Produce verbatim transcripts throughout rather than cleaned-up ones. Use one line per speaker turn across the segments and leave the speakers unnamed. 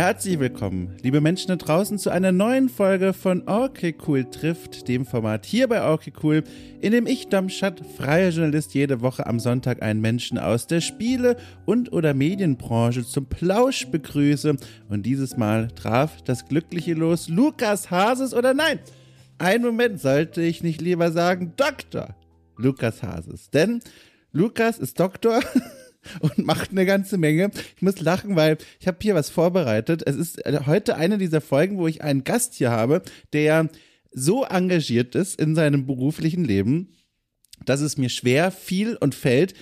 Herzlich willkommen, liebe Menschen da draußen, zu einer neuen Folge von Okay Cool trifft, dem Format hier bei Okay Cool, in dem ich, Domschat, freier Journalist, jede Woche am Sonntag einen Menschen aus der Spiele- und oder Medienbranche zum Plausch begrüße. Und dieses Mal traf das glückliche Los Lukas Hases, oder nein, einen Moment, sollte ich nicht lieber sagen Doktor Lukas Hases, denn Lukas ist Doktor und macht eine ganze Menge. Ich muss lachen, weil ich habe hier was vorbereitet. Es ist heute eine dieser Folgen, wo ich einen Gast hier habe, der so engagiert ist in seinem beruflichen Leben, dass es mir schwer fiel und fällt,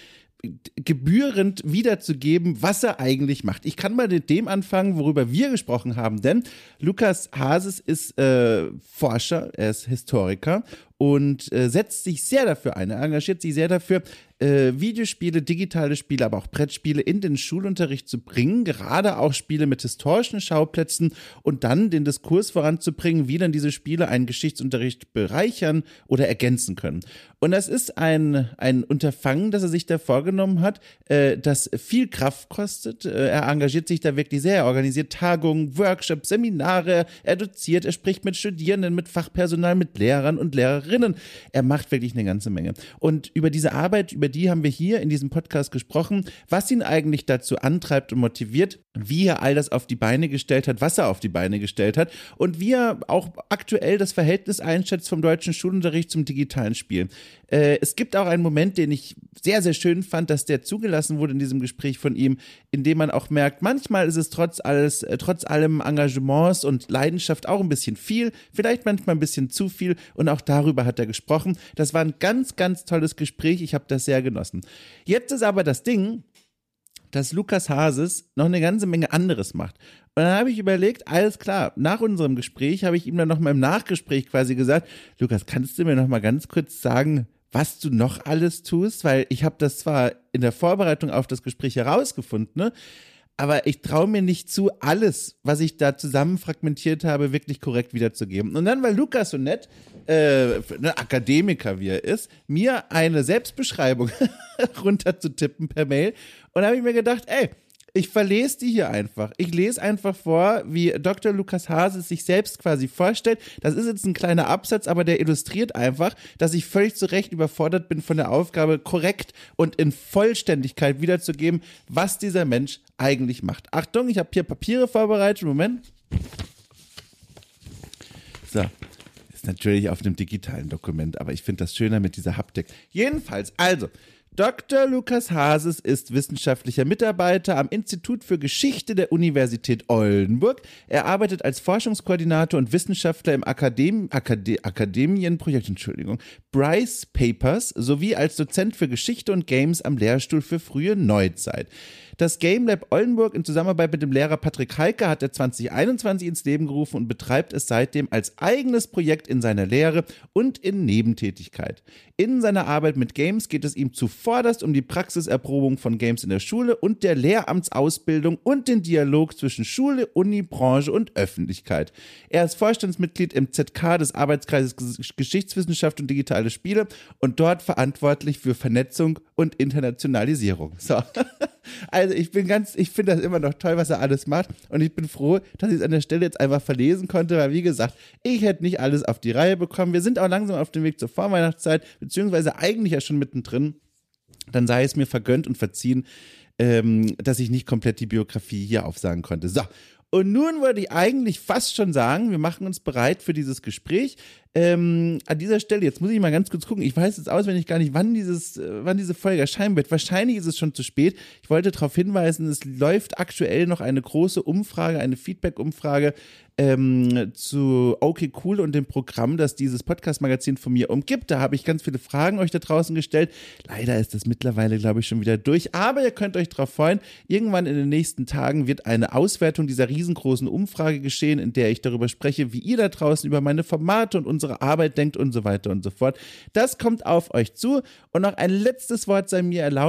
gebührend wiederzugeben, was er eigentlich macht. Ich kann mal mit dem anfangen, worüber wir gesprochen haben, denn Lukas Hases ist äh, Forscher, er ist Historiker und äh, setzt sich sehr dafür ein, er engagiert sich sehr dafür, äh, Videospiele, digitale Spiele, aber auch Brettspiele in den Schulunterricht zu bringen, gerade auch Spiele mit historischen Schauplätzen und dann den Diskurs voranzubringen, wie dann diese Spiele einen Geschichtsunterricht bereichern oder ergänzen können. Und das ist ein, ein Unterfangen, das er sich da vorgenommen hat, äh, das viel Kraft kostet. Äh, er engagiert sich da wirklich sehr, er organisiert Tagungen, Workshops, Seminare, er doziert, er spricht mit Studierenden, mit Fachpersonal, mit Lehrern und Lehrerinnen. Er macht wirklich eine ganze Menge. Und über diese Arbeit, über die haben wir hier in diesem Podcast gesprochen, was ihn eigentlich dazu antreibt und motiviert, wie er all das auf die Beine gestellt hat, was er auf die Beine gestellt hat und wie er auch aktuell das Verhältnis einschätzt vom deutschen Schulunterricht zum digitalen Spiel. Äh, es gibt auch einen Moment, den ich sehr, sehr schön fand, dass der zugelassen wurde in diesem Gespräch von ihm, in dem man auch merkt, manchmal ist es trotz alles, äh, trotz allem Engagements und Leidenschaft auch ein bisschen viel, vielleicht manchmal ein bisschen zu viel und auch darüber hat er gesprochen. Das war ein ganz, ganz tolles Gespräch, ich habe das sehr genossen. Jetzt ist aber das Ding, dass Lukas Hases noch eine ganze Menge anderes macht. Und dann habe ich überlegt, alles klar, nach unserem Gespräch habe ich ihm dann noch mal im Nachgespräch quasi gesagt, Lukas, kannst du mir noch mal ganz kurz sagen, was du noch alles tust? Weil ich habe das zwar in der Vorbereitung auf das Gespräch herausgefunden, ne? Aber ich traue mir nicht zu, alles, was ich da zusammen fragmentiert habe, wirklich korrekt wiederzugeben. Und dann war Lukas so nett, äh, ein Akademiker wie er ist, mir eine Selbstbeschreibung runterzutippen per Mail. Und da habe ich mir gedacht, ey, ich verlese die hier einfach. Ich lese einfach vor, wie Doktor Lukas Hases sich selbst quasi vorstellt. Das ist jetzt ein kleiner Absatz, aber der illustriert einfach, dass ich völlig zu Recht überfordert bin von der Aufgabe, korrekt und in Vollständigkeit wiederzugeben, was dieser Mensch eigentlich macht. Achtung, ich habe hier Papiere vorbereitet. Moment. So. Ist natürlich auf einem digitalen Dokument, aber ich finde das schöner mit dieser Haptik. Jedenfalls, also, Doktor Lukas Hases ist wissenschaftlicher Mitarbeiter am Institut für Geschichte der Universität Oldenburg. Er arbeitet als Forschungskoordinator und Wissenschaftler im Akadem- Akade- Akademienprojekt, Entschuldigung, Bryce Papers sowie als Dozent für Geschichte und Games am Lehrstuhl für frühe Neuzeit. Das Game Lab Oldenburg in Zusammenarbeit mit dem Lehrer Patrick Heike hat er zwanzig einundzwanzig ins Leben gerufen und betreibt es seitdem als eigenes Projekt in seiner Lehre und in Nebentätigkeit. In seiner Arbeit mit Games geht es ihm zuvorderst um die Praxiserprobung von Games in der Schule und der Lehramtsausbildung und den Dialog zwischen Schule, Uni, Branche und Öffentlichkeit. Er ist Vorstandsmitglied im Z K des Arbeitskreises Geschichtswissenschaft und digitale Spiele und dort verantwortlich für Vernetzung und Internationalisierung. So. Also ich bin ganz, ich finde das immer noch toll, was er alles macht und ich bin froh, dass ich es an der Stelle jetzt einfach verlesen konnte, weil wie gesagt, ich hätte nicht alles auf die Reihe bekommen. Wir sind auch langsam auf dem Weg zur Vorweihnachtszeit, beziehungsweise eigentlich ja schon mittendrin. Dann sei es mir vergönnt und verziehen, ähm, dass ich nicht komplett die Biografie hier aufsagen konnte. So. Und nun würde ich eigentlich fast schon sagen, wir machen uns bereit für dieses Gespräch. Ähm, an dieser Stelle, jetzt muss ich mal ganz kurz gucken, ich weiß jetzt auswendig gar nicht, wann dieses, äh, wann diese Folge erscheinen wird. Wahrscheinlich ist es schon zu spät. Ich wollte darauf hinweisen, es läuft aktuell noch eine große Umfrage, eine Feedback-Umfrage ähm, zu Okay Cool und dem Programm, das dieses Podcast-Magazin von mir umgibt. Da habe ich ganz viele Fragen euch da draußen gestellt. Leider ist das mittlerweile, glaube ich, schon wieder durch. Aber ihr könnt euch darauf freuen, irgendwann in den nächsten Tagen wird eine Auswertung dieser riesengroßen Umfrage geschehen, in der ich darüber spreche, wie ihr da draußen über meine Formate und unsere Arbeit denkt und so weiter und so fort. Das kommt auf euch zu. Und noch ein letztes Wort sei mir erlaubt.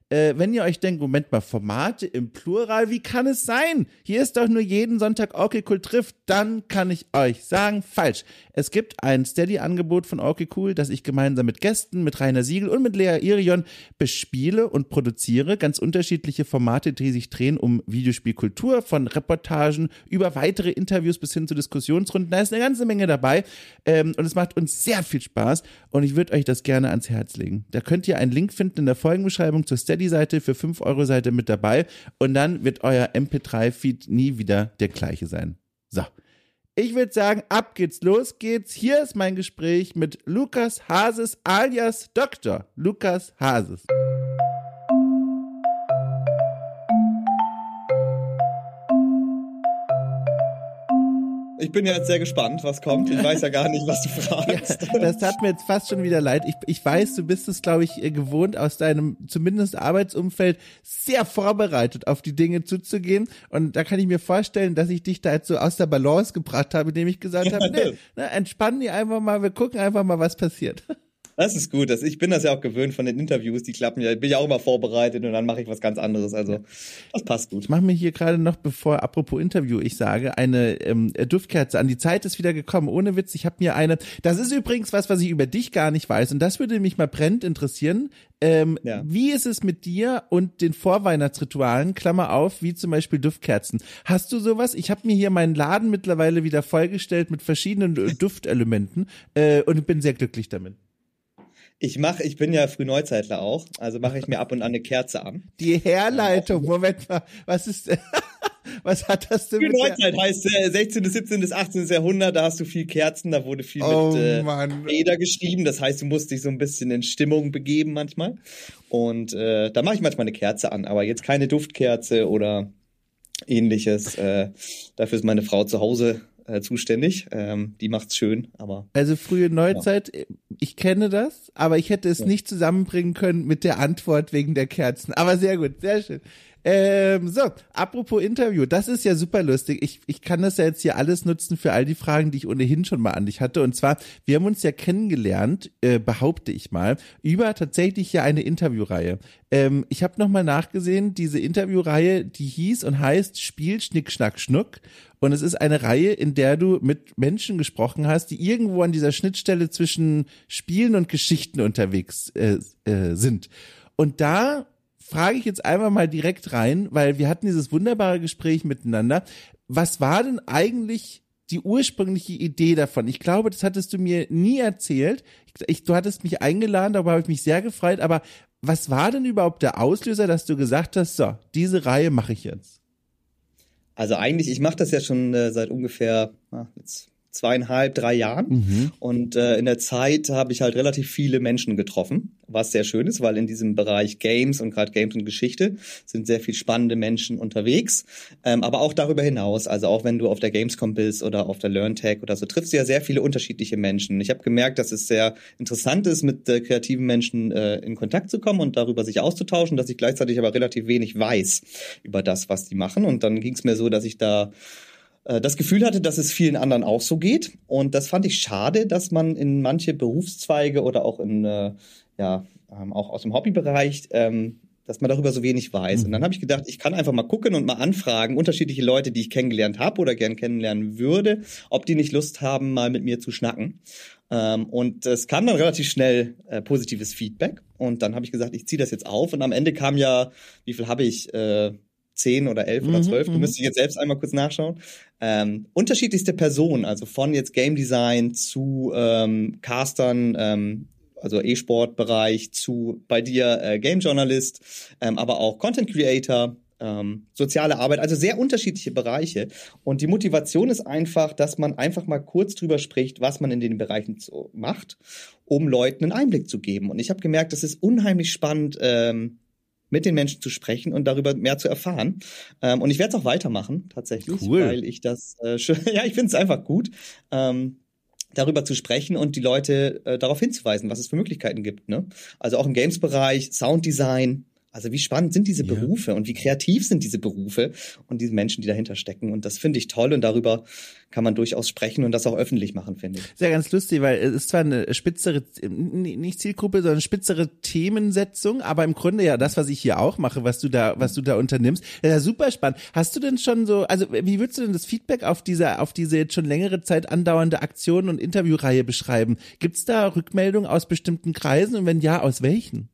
Äh, wenn ihr euch denkt, Moment mal, Formate im Plural, wie kann es sein? Hier ist doch nur jeden Sonntag Okay Cool trifft, dann kann ich euch sagen, falsch. Es gibt ein Steady-Angebot von Okay Cool, das ich gemeinsam mit Gästen, mit Rainer Siegel und mit Lea Irion bespiele und produziere. Ganz unterschiedliche Formate, die sich drehen um Videospielkultur, von Reportagen über weitere Interviews bis hin zu Diskussionsrunden. Da ist eine ganze Menge dabei ähm, und es macht uns sehr viel Spaß und ich würde euch das gerne ans Herz legen. Da könnt ihr einen Link finden in der Folgenbeschreibung zur Steady-Seite für fünf Euro Seite mit dabei und dann wird euer M P drei Feed nie wieder der gleiche sein. So, ich würde sagen, ab geht's, los geht's. Hier ist mein Gespräch mit Lukas Hases alias Doktor Lukas Hases.
Ich bin ja jetzt sehr gespannt, was kommt. Ich weiß ja gar nicht, was du fragst.
Ja, das tat mir jetzt fast schon wieder leid. Ich, ich weiß, du bist es, glaube ich, gewohnt, aus deinem zumindest Arbeitsumfeld sehr vorbereitet auf die Dinge zuzugehen. Und da kann ich mir vorstellen, dass ich dich da jetzt so aus der Balance gebracht habe, indem ich gesagt habe, nee, ne, entspann die einfach mal, wir gucken einfach mal, was passiert.
Das ist gut. Das, ich bin das ja auch gewöhnt von den Interviews, die klappen ja. Ich bin ja auch immer vorbereitet und dann mache ich was ganz anderes. Also das passt gut.
Ich mache mir hier gerade noch, bevor, apropos Interview, ich sage, eine ähm, Duftkerze an. Die Zeit ist wieder gekommen, ohne Witz. Ich habe mir eine, das ist übrigens was, was ich über dich gar nicht weiß und das würde mich mal brennend interessieren. Ähm, ja. Wie ist es mit dir und den Vorweihnachtsritualen, Klammer auf, wie zum Beispiel Duftkerzen? Hast du sowas? Ich habe mir hier meinen Laden mittlerweile wieder vollgestellt mit verschiedenen Duftelementen äh, und bin sehr glücklich damit.
Ich mache, ich bin ja Frühneuzeitler auch, also mache ich mir ab und an eine Kerze an.
Die Herleitung, Moment mal, was ist, was hat das denn mit der...
Frühneuzeit heißt äh, sechzehntes., siebzehntes., achtzehntes. Jahrhundert, da hast du viel Kerzen, da wurde viel
oh,
mit äh,
Mann.
Feder geschrieben, das heißt, du musst dich so ein bisschen in Stimmung begeben manchmal und äh, da mache ich manchmal eine Kerze an, aber jetzt keine Duftkerze oder ähnliches, äh, dafür ist meine Frau zu Hause Äh, zuständig. Ähm, die macht's schön, aber.
Also frühe Neuzeit, ja. Ich kenne das, aber ich hätte es ja. nicht zusammenbringen können mit der Antwort wegen der Kerzen. Aber sehr gut, sehr schön. Ähm, so, apropos Interview, das ist ja super lustig. Ich, ich kann das ja jetzt hier alles nutzen für all die Fragen, die ich ohnehin schon mal an dich hatte. Und zwar, wir haben uns ja kennengelernt, äh, behaupte ich mal, über tatsächlich ja eine Interviewreihe. Ähm, ich habe nochmal nachgesehen, diese Interviewreihe, die hieß und heißt Spiel, Schnick, Schnack, Schnuck. Und es ist eine Reihe, in der du mit Menschen gesprochen hast, die irgendwo an dieser Schnittstelle zwischen Spielen und Geschichten unterwegs äh, äh, sind. Und da frage ich jetzt einmal mal direkt rein, weil wir hatten dieses wunderbare Gespräch miteinander. Was war denn eigentlich die ursprüngliche Idee davon? Ich glaube, das hattest du mir nie erzählt. Ich, ich, du hattest mich eingeladen, darüber habe ich mich sehr gefreut. Aber was war denn überhaupt der Auslöser, dass du gesagt hast, so, diese Reihe mache ich jetzt?
Also eigentlich, ich mache das ja schon äh, seit ungefähr ah, jetzt zweieinhalb, drei Jahren. Mhm. Und äh, in der Zeit habe ich halt relativ viele Menschen getroffen, was sehr schön ist, weil in diesem Bereich Games und gerade Games und Geschichte sind sehr viel spannende Menschen unterwegs. Ähm, aber auch darüber hinaus, also auch wenn du auf der Gamescom bist oder auf der LearnTech oder so, triffst du ja sehr viele unterschiedliche Menschen. Ich habe gemerkt, dass es sehr interessant ist, mit äh, kreativen Menschen äh, in Kontakt zu kommen und darüber sich auszutauschen, dass ich gleichzeitig aber relativ wenig weiß über das, was die machen. Und dann ging es mir so, dass ich da das Gefühl hatte, dass es vielen anderen auch so geht. Und das fand ich schade, dass man in manche Berufszweige oder auch in, äh, ja, ähm, auch aus dem Hobbybereich, ähm, dass man darüber so wenig weiß. Und dann habe ich gedacht, ich kann einfach mal gucken und mal anfragen, unterschiedliche Leute, die ich kennengelernt habe oder gern kennenlernen würde, ob die nicht Lust haben, mal mit mir zu schnacken. Ähm, und es kam dann relativ schnell äh, positives Feedback. Und dann habe ich gesagt, ich ziehe das jetzt auf. Und am Ende kam ja, wie viel habe ich, äh, zehn oder elf oder zwölf, mhm, du müsstest jetzt selbst einmal kurz nachschauen. Ähm, unterschiedlichste Personen, also von jetzt Game Design zu ähm, Castern, ähm, also E-Sport-Bereich, zu bei dir äh, Game Journalist, ähm, aber auch Content Creator, ähm, soziale Arbeit, also sehr unterschiedliche Bereiche. Und die Motivation ist einfach, dass man einfach mal kurz drüber spricht, was man in den Bereichen so macht, um Leuten einen Einblick zu geben. Und ich habe gemerkt, das ist unheimlich spannend, ähm, mit den Menschen zu sprechen und darüber mehr zu erfahren. Ähm, und ich werde es auch weitermachen, tatsächlich,
cool.
Weil ich das, äh, schön, ja, ich finde es einfach gut, ähm, darüber zu sprechen und die Leute äh, darauf hinzuweisen, was es für Möglichkeiten gibt. Ne? Also auch im Games-Bereich, Sounddesign, Also wie spannend sind diese
Ja.
Berufe und wie kreativ sind diese Berufe und diese Menschen, die dahinter stecken. Und das finde ich toll und darüber kann man durchaus sprechen und das auch öffentlich machen, finde ich.
Sehr ganz lustig, weil es ist zwar eine spitzere, nicht Zielgruppe, sondern spitzere Themensetzung, aber im Grunde ja das, was ich hier auch mache, was du da, was du da unternimmst, ja, super spannend. Hast du denn schon so, also wie würdest du denn das Feedback auf diese, auf diese jetzt schon längere Zeit andauernde Aktion und Interviewreihe beschreiben? Gibt's da Rückmeldungen aus bestimmten Kreisen und wenn ja, aus welchen?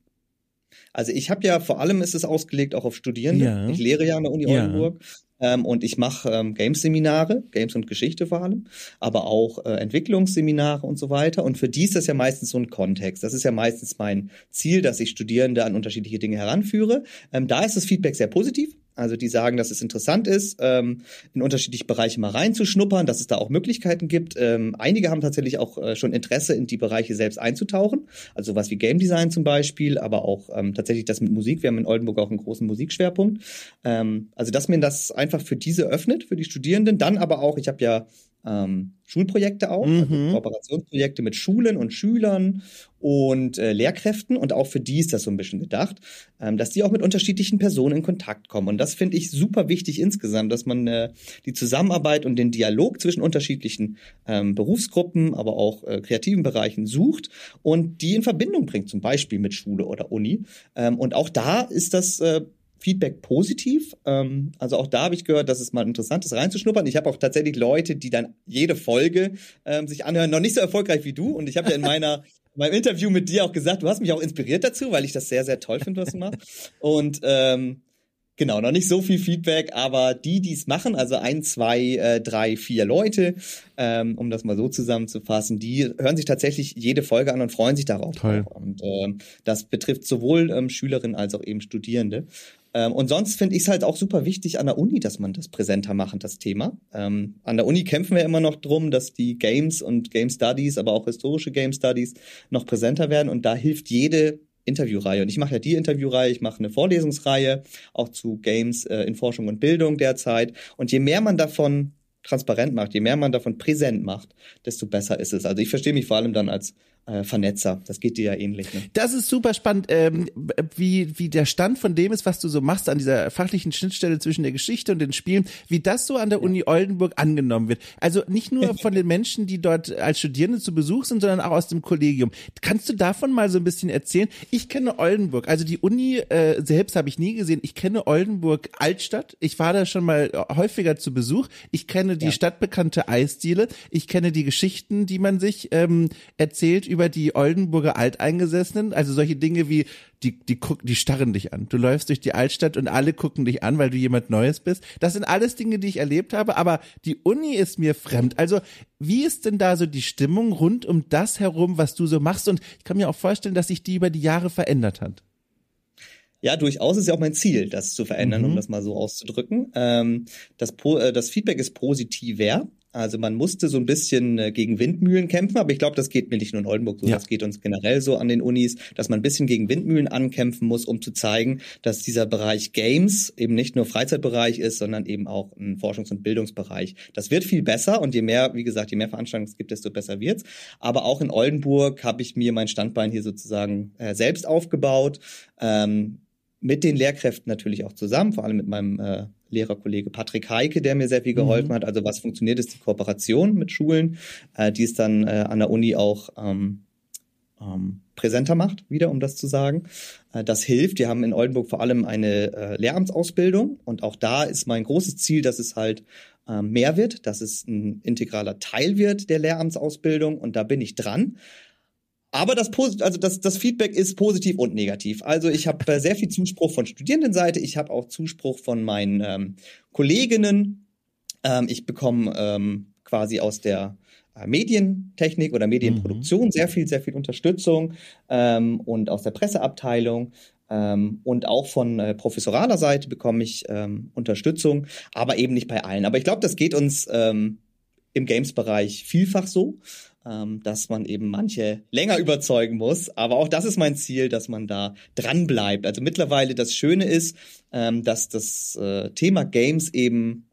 Also ich habe ja, vor allem ist es ausgelegt auch auf Studierende.
Ja.
Ich lehre ja an der Uni
Ja.
Oldenburg. Ähm, und ich mache ähm, Games-Seminare, Games und Geschichte vor allem, aber auch äh, Entwicklungsseminare und so weiter. Und für die ist das ja meistens so ein Kontext. Das ist ja meistens mein Ziel, dass ich Studierende an unterschiedliche Dinge heranführe. Ähm, da ist das Feedback sehr positiv. Also die sagen, dass es interessant ist, ähm, in unterschiedliche Bereiche mal reinzuschnuppern, dass es da auch Möglichkeiten gibt. Ähm, einige haben tatsächlich auch äh, schon Interesse, in die Bereiche selbst einzutauchen. Also was wie Game Design zum Beispiel, aber auch ähm, tatsächlich das mit Musik. Wir haben in Oldenburg auch einen großen Musikschwerpunkt. Ähm, also dass mir das einfach für diese öffnet, für die Studierenden. Dann aber auch, ich habe ja ähm, Schulprojekte auch,
Mhm.
also Kooperationsprojekte mit Schulen und Schülern und äh, Lehrkräften. Und auch für die ist das so ein bisschen gedacht, ähm, dass die auch mit unterschiedlichen Personen in Kontakt kommen. Und das finde ich super wichtig insgesamt, dass man äh, die Zusammenarbeit und den Dialog zwischen unterschiedlichen ähm, Berufsgruppen, aber auch äh, kreativen Bereichen sucht und die in Verbindung bringt, zum Beispiel mit Schule oder Uni. Ähm, und auch da ist das äh, Feedback positiv. Ähm, also auch da habe ich gehört, dass es mal interessant ist, reinzuschnuppern. Ich habe auch tatsächlich Leute, die dann jede Folge ähm, sich anhören, noch nicht so erfolgreich wie du. Und ich habe ja in meiner in meinem Interview mit dir auch gesagt, du hast mich auch inspiriert dazu, weil ich das sehr, sehr toll finde, was du machst. Und ähm, genau, noch nicht so viel Feedback, aber die, die es machen, also ein, zwei, äh, drei, vier Leute, ähm, um das mal so zusammenzufassen, die hören sich tatsächlich jede Folge an und freuen sich darauf.
Toll.
Und ähm, das betrifft sowohl ähm, Schülerinnen als auch eben Studierende. Ähm, und sonst finde ich es halt auch super wichtig an der Uni, dass man das präsenter macht, das Thema. Ähm, an der Uni kämpfen wir immer noch drum, dass die Games und Game Studies, aber auch historische Game Studies noch präsenter werden. Und da hilft jede Interviewreihe. Und ich mache ja die Interviewreihe, ich mache eine Vorlesungsreihe, auch zu Games äh, in Forschung und Bildung derzeit. Und je mehr man davon transparent macht, je mehr man davon präsent macht, desto besser ist es. Also ich verstehe mich vor allem dann als äh, Vernetzer. Das geht dir ja ähnlich. Ne?
Das ist super spannend, ähm, wie wie der Stand von dem ist, was du so machst an dieser fachlichen Schnittstelle zwischen der Geschichte und den Spielen, wie das so an der Uni Oldenburg angenommen wird. Also nicht nur von den Menschen, die dort als Studierende zu Besuch sind, sondern auch aus dem Kollegium. Kannst du davon mal so ein bisschen erzählen? Ich kenne Oldenburg, also die Uni äh, selbst habe ich nie gesehen. Ich kenne Oldenburg Altstadt. Ich war da schon mal häufiger zu Besuch. Ich kenne die
Ja.
stadtbekannte Eisdiele. Ich kenne die Geschichten, die man sich ähm, erzählt über die Oldenburger Alteingesessenen, also solche Dinge wie die die gucken, die starren dich an. Du läufst durch die Altstadt und alle gucken dich an, weil du jemand Neues bist. Das sind alles Dinge, die ich erlebt habe, aber die Uni ist mir fremd. Also wie ist denn da so die Stimmung rund um das herum, was du so machst? Und ich kann mir auch vorstellen, dass sich die über die Jahre verändert hat.
Ja, durchaus ist ja auch mein Ziel, das zu verändern,
Mhm.
um das mal so auszudrücken. Ähm, das, po- äh, das Feedback ist positiver. Also man musste so ein bisschen äh, gegen Windmühlen kämpfen, aber ich glaube, das geht mir nicht nur in Oldenburg so,
Ja.
das geht uns generell so an den Unis, dass man ein bisschen gegen Windmühlen ankämpfen muss, um zu zeigen, dass dieser Bereich Games eben nicht nur Freizeitbereich ist, sondern eben auch ein Forschungs- und Bildungsbereich. Das wird viel besser und je mehr, wie gesagt, je mehr Veranstaltungen es gibt, desto besser wird's. Aber auch in Oldenburg habe ich mir mein Standbein hier sozusagen äh, selbst aufgebaut. Ähm, mit den Lehrkräften natürlich auch zusammen, vor allem mit meinem äh, Lehrerkollege Patrick Heike, der mir sehr viel geholfen
Mhm.
hat. Also was funktioniert, ist die Kooperation mit Schulen, äh, die es dann äh, an der Uni auch ähm, ähm, präsenter macht, wieder um das zu sagen. Äh, das hilft. Wir haben in Oldenburg vor allem eine äh, Lehramtsausbildung und auch da ist mein großes Ziel, dass es halt ähm, mehr wird, dass es ein integraler Teil wird der Lehramtsausbildung und da bin ich dran. Aber das, Posit- also das, das Feedback ist positiv und negativ. Also ich habe äh, sehr viel Zuspruch von Studierendenseite. Ich habe auch Zuspruch von meinen ähm, Kolleginnen. Ähm, ich bekomme ähm, quasi aus der äh, Medientechnik oder Medienproduktion sehr viel, sehr viel Unterstützung ähm, und aus der Presseabteilung. Ähm, und auch von äh, professoraler Seite bekomme ich ähm, Unterstützung, aber eben nicht bei allen. Aber ich glaube, das geht uns ähm, im Games-Bereich vielfach so, ähm, dass man eben manche länger überzeugen muss. Aber auch das ist mein Ziel, dass man da dran bleibt. Also mittlerweile das Schöne ist, ähm, dass das äh, Thema Games eben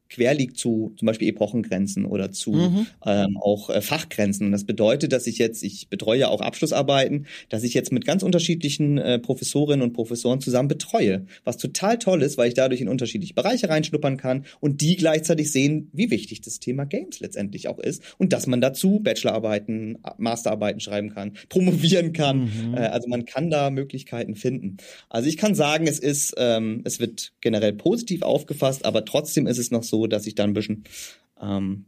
quer liegt zu zum Beispiel Epochengrenzen oder zu mhm. ähm, auch äh, Fachgrenzen. Und das bedeutet, dass ich jetzt, ich betreue auch Abschlussarbeiten, dass ich jetzt mit ganz unterschiedlichen äh, Professorinnen und Professoren zusammen betreue, was total toll ist, weil ich dadurch in unterschiedliche Bereiche reinschnuppern kann und die gleichzeitig sehen, wie wichtig das Thema Games letztendlich auch ist und dass man dazu Bachelorarbeiten, Masterarbeiten schreiben kann, promovieren kann. Mhm. Äh, also man kann da Möglichkeiten finden. Also ich kann sagen, es ist, ähm, es wird generell positiv aufgefasst, aber trotzdem ist es noch so, dass ich da ein bisschen ähm,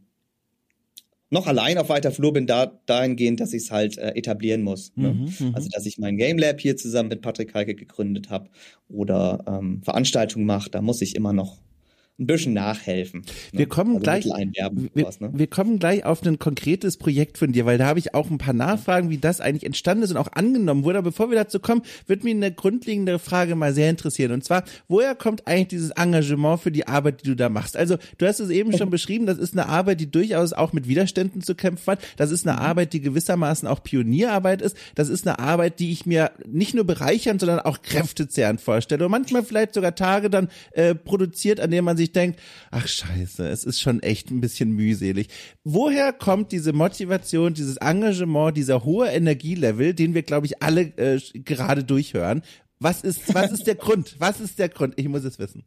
noch allein auf weiter Flur bin, da, dahingehend, dass ich es halt äh, etablieren muss. Ne? Mhm, also, dass ich mein Game Lab hier zusammen mit Patrick Heike gegründet habe oder ähm, Veranstaltungen mache, da muss ich immer noch ein bisschen nachhelfen. Ne?
Wir kommen also gleich, wir, sowas, ne? wir kommen gleich auf ein konkretes Projekt von dir, weil da habe ich auch ein paar Nachfragen, wie das eigentlich entstanden ist und auch angenommen wurde. Aber bevor wir dazu kommen, wird mich eine grundlegende Frage mal sehr interessieren. Und zwar, woher kommt eigentlich dieses Engagement für die Arbeit, die du da machst? Also, du hast es eben schon beschrieben, das ist eine Arbeit, die durchaus auch mit Widerständen zu kämpfen hat. Das ist eine Arbeit, die gewissermaßen auch Pionierarbeit ist. Das ist eine Arbeit, die ich mir nicht nur bereichernd, sondern auch kräftezehrend vorstelle. Und manchmal vielleicht sogar Tage dann äh, produziert, an denen man sich denkt, ach scheiße, es ist schon echt ein bisschen mühselig. Woher kommt diese Motivation, dieses Engagement, dieser hohe Energielevel, den wir, glaube ich, alle äh, gerade durchhören? Was ist, was ist der Grund? Was ist der Grund? Ich muss es wissen.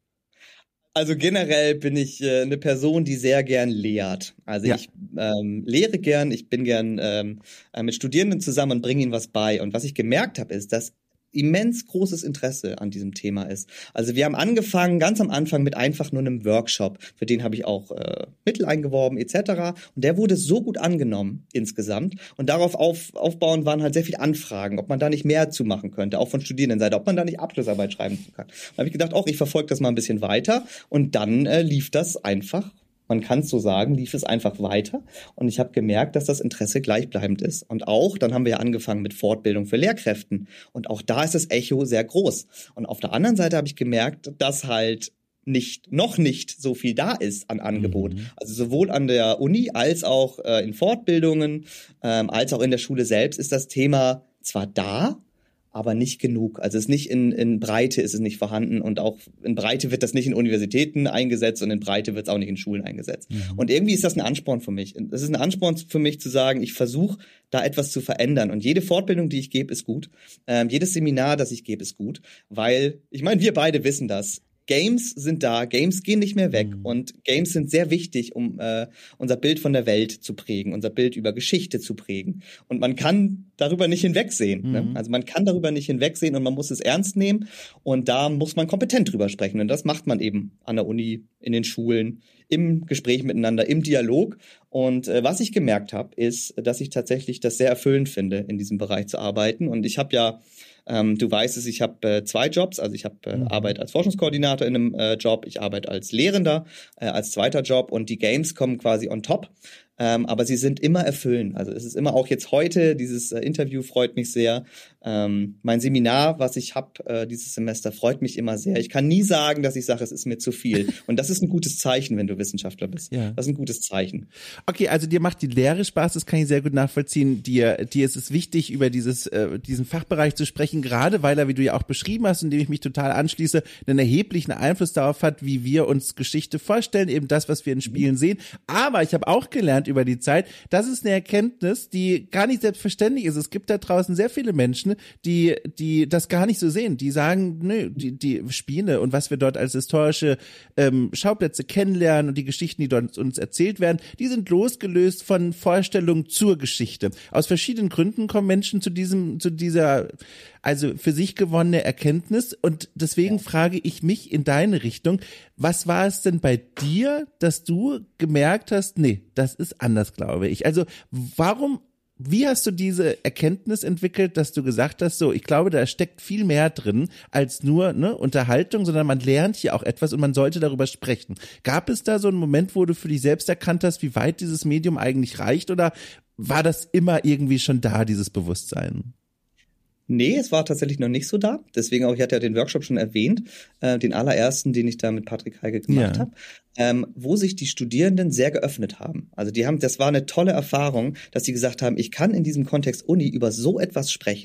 Also generell bin ich äh, eine Person, die sehr gern lehrt. Also ja. ich ähm, lehre gern, ich bin gern ähm, mit Studierenden zusammen und bringe ihnen was bei. Und was ich gemerkt habe, ist, dass immens großes Interesse an diesem Thema ist. Also wir haben angefangen, ganz am Anfang mit einfach nur einem Workshop. Für den habe ich auch äh, Mittel eingeworben et cetera. Und der wurde so gut angenommen insgesamt. Und darauf auf, aufbauen waren halt sehr viele Anfragen, ob man da nicht mehr zu machen könnte, auch von Studierendenseite, ob man da nicht Abschlussarbeit schreiben kann. Da habe ich gedacht, auch ich verfolge das mal ein bisschen weiter. Und dann äh, lief das einfach. Man kann es so sagen, lief es einfach weiter. Und ich habe gemerkt, dass das Interesse gleichbleibend ist. Und auch, dann haben wir ja angefangen mit Fortbildung für Lehrkräften. Und auch da ist das Echo sehr groß. Und auf der anderen Seite habe ich gemerkt, dass halt nicht, noch nicht so viel da ist an Angebot. Mhm. Also sowohl an der Uni als auch äh, in Fortbildungen, ähm, als auch in der Schule selbst ist das Thema zwar da, aber nicht genug. Also es ist nicht in, in Breite ist es nicht vorhanden und auch in Breite wird das nicht in Universitäten eingesetzt und in Breite wird es auch nicht in Schulen eingesetzt. Mhm. Und irgendwie ist das ein Ansporn für mich. Das ist ein Ansporn für mich zu sagen, ich versuche da etwas zu verändern. Und jede Fortbildung, die ich gebe, ist gut. Ähm, jedes Seminar, das ich gebe, ist gut. Weil, ich meine, wir beide wissen das. Games sind da, Games gehen nicht mehr weg mhm. und Games sind sehr wichtig, um äh, unser Bild von der Welt zu prägen, unser Bild über Geschichte zu prägen. Und man kann darüber nicht hinwegsehen. Mhm. Ne? Also man kann darüber nicht hinwegsehen und man muss es ernst nehmen und da muss man kompetent drüber sprechen. Und das macht man eben an der Uni, in den Schulen, im Gespräch miteinander, im Dialog. Und äh, was ich gemerkt habe, ist, dass ich tatsächlich das sehr erfüllend finde, in diesem Bereich zu arbeiten. Und ich habe ja Ähm, du weißt es, ich habe äh, zwei Jobs, also ich habe äh, mhm. Arbeit als Forschungskoordinator in einem äh, Job, ich arbeite als Lehrender äh, als zweiter Job und die Games kommen quasi on top. Ähm, aber sie sind immer erfüllend. Also es ist immer auch jetzt heute, dieses äh, Interview freut mich sehr. Ähm, mein Seminar, was ich habe äh, dieses Semester, freut mich immer sehr. Ich kann nie sagen, dass ich sage, es ist mir zu viel. Und das ist ein gutes Zeichen, wenn du Wissenschaftler bist. Ja. Das ist ein gutes Zeichen.
Okay, also dir macht die Lehre Spaß, das kann ich sehr gut nachvollziehen. Dir, dir ist es wichtig, über dieses, äh, diesen Fachbereich zu sprechen, gerade weil er, wie du ja auch beschrieben hast, in dem ich mich total anschließe, einen erheblichen Einfluss darauf hat, wie wir uns Geschichte vorstellen, eben das, was wir in Spielen mhm. sehen. Aber ich habe auch gelernt über die Zeit, das ist eine Erkenntnis, die gar nicht selbstverständlich ist. Es gibt da draußen sehr viele Menschen, die die das gar nicht so sehen. Die sagen, nö, die, die Spiele und was wir dort als historische ähm, Schauplätze kennenlernen und die Geschichten, die dort uns erzählt werden, die sind losgelöst von Vorstellungen zur Geschichte. Aus verschiedenen Gründen kommen Menschen zu diesem, zu dieser, also für sich gewonnene Erkenntnis. Und deswegen frage ich mich in deine Richtung, was war es denn bei dir, dass du gemerkt hast, nee, das ist anders, glaube ich. Also warum, wie hast du diese Erkenntnis entwickelt, dass du gesagt hast, so, ich glaube, da steckt viel mehr drin als nur ne, Unterhaltung, sondern man lernt hier auch etwas und man sollte darüber sprechen. Gab es da so einen Moment, wo du für dich selbst erkannt hast, wie weit dieses Medium eigentlich reicht, oder war das immer irgendwie schon da, dieses Bewusstsein?
Nee, es war tatsächlich noch nicht so da. Deswegen auch, ich hatte ja den Workshop schon erwähnt, äh, den allerersten, den ich da mit Patrick Heike gemacht ja. habe, ähm, wo sich die Studierenden sehr geöffnet haben. Also die haben, das war eine tolle Erfahrung, dass sie gesagt haben, ich kann in diesem Kontext Uni über so etwas sprechen,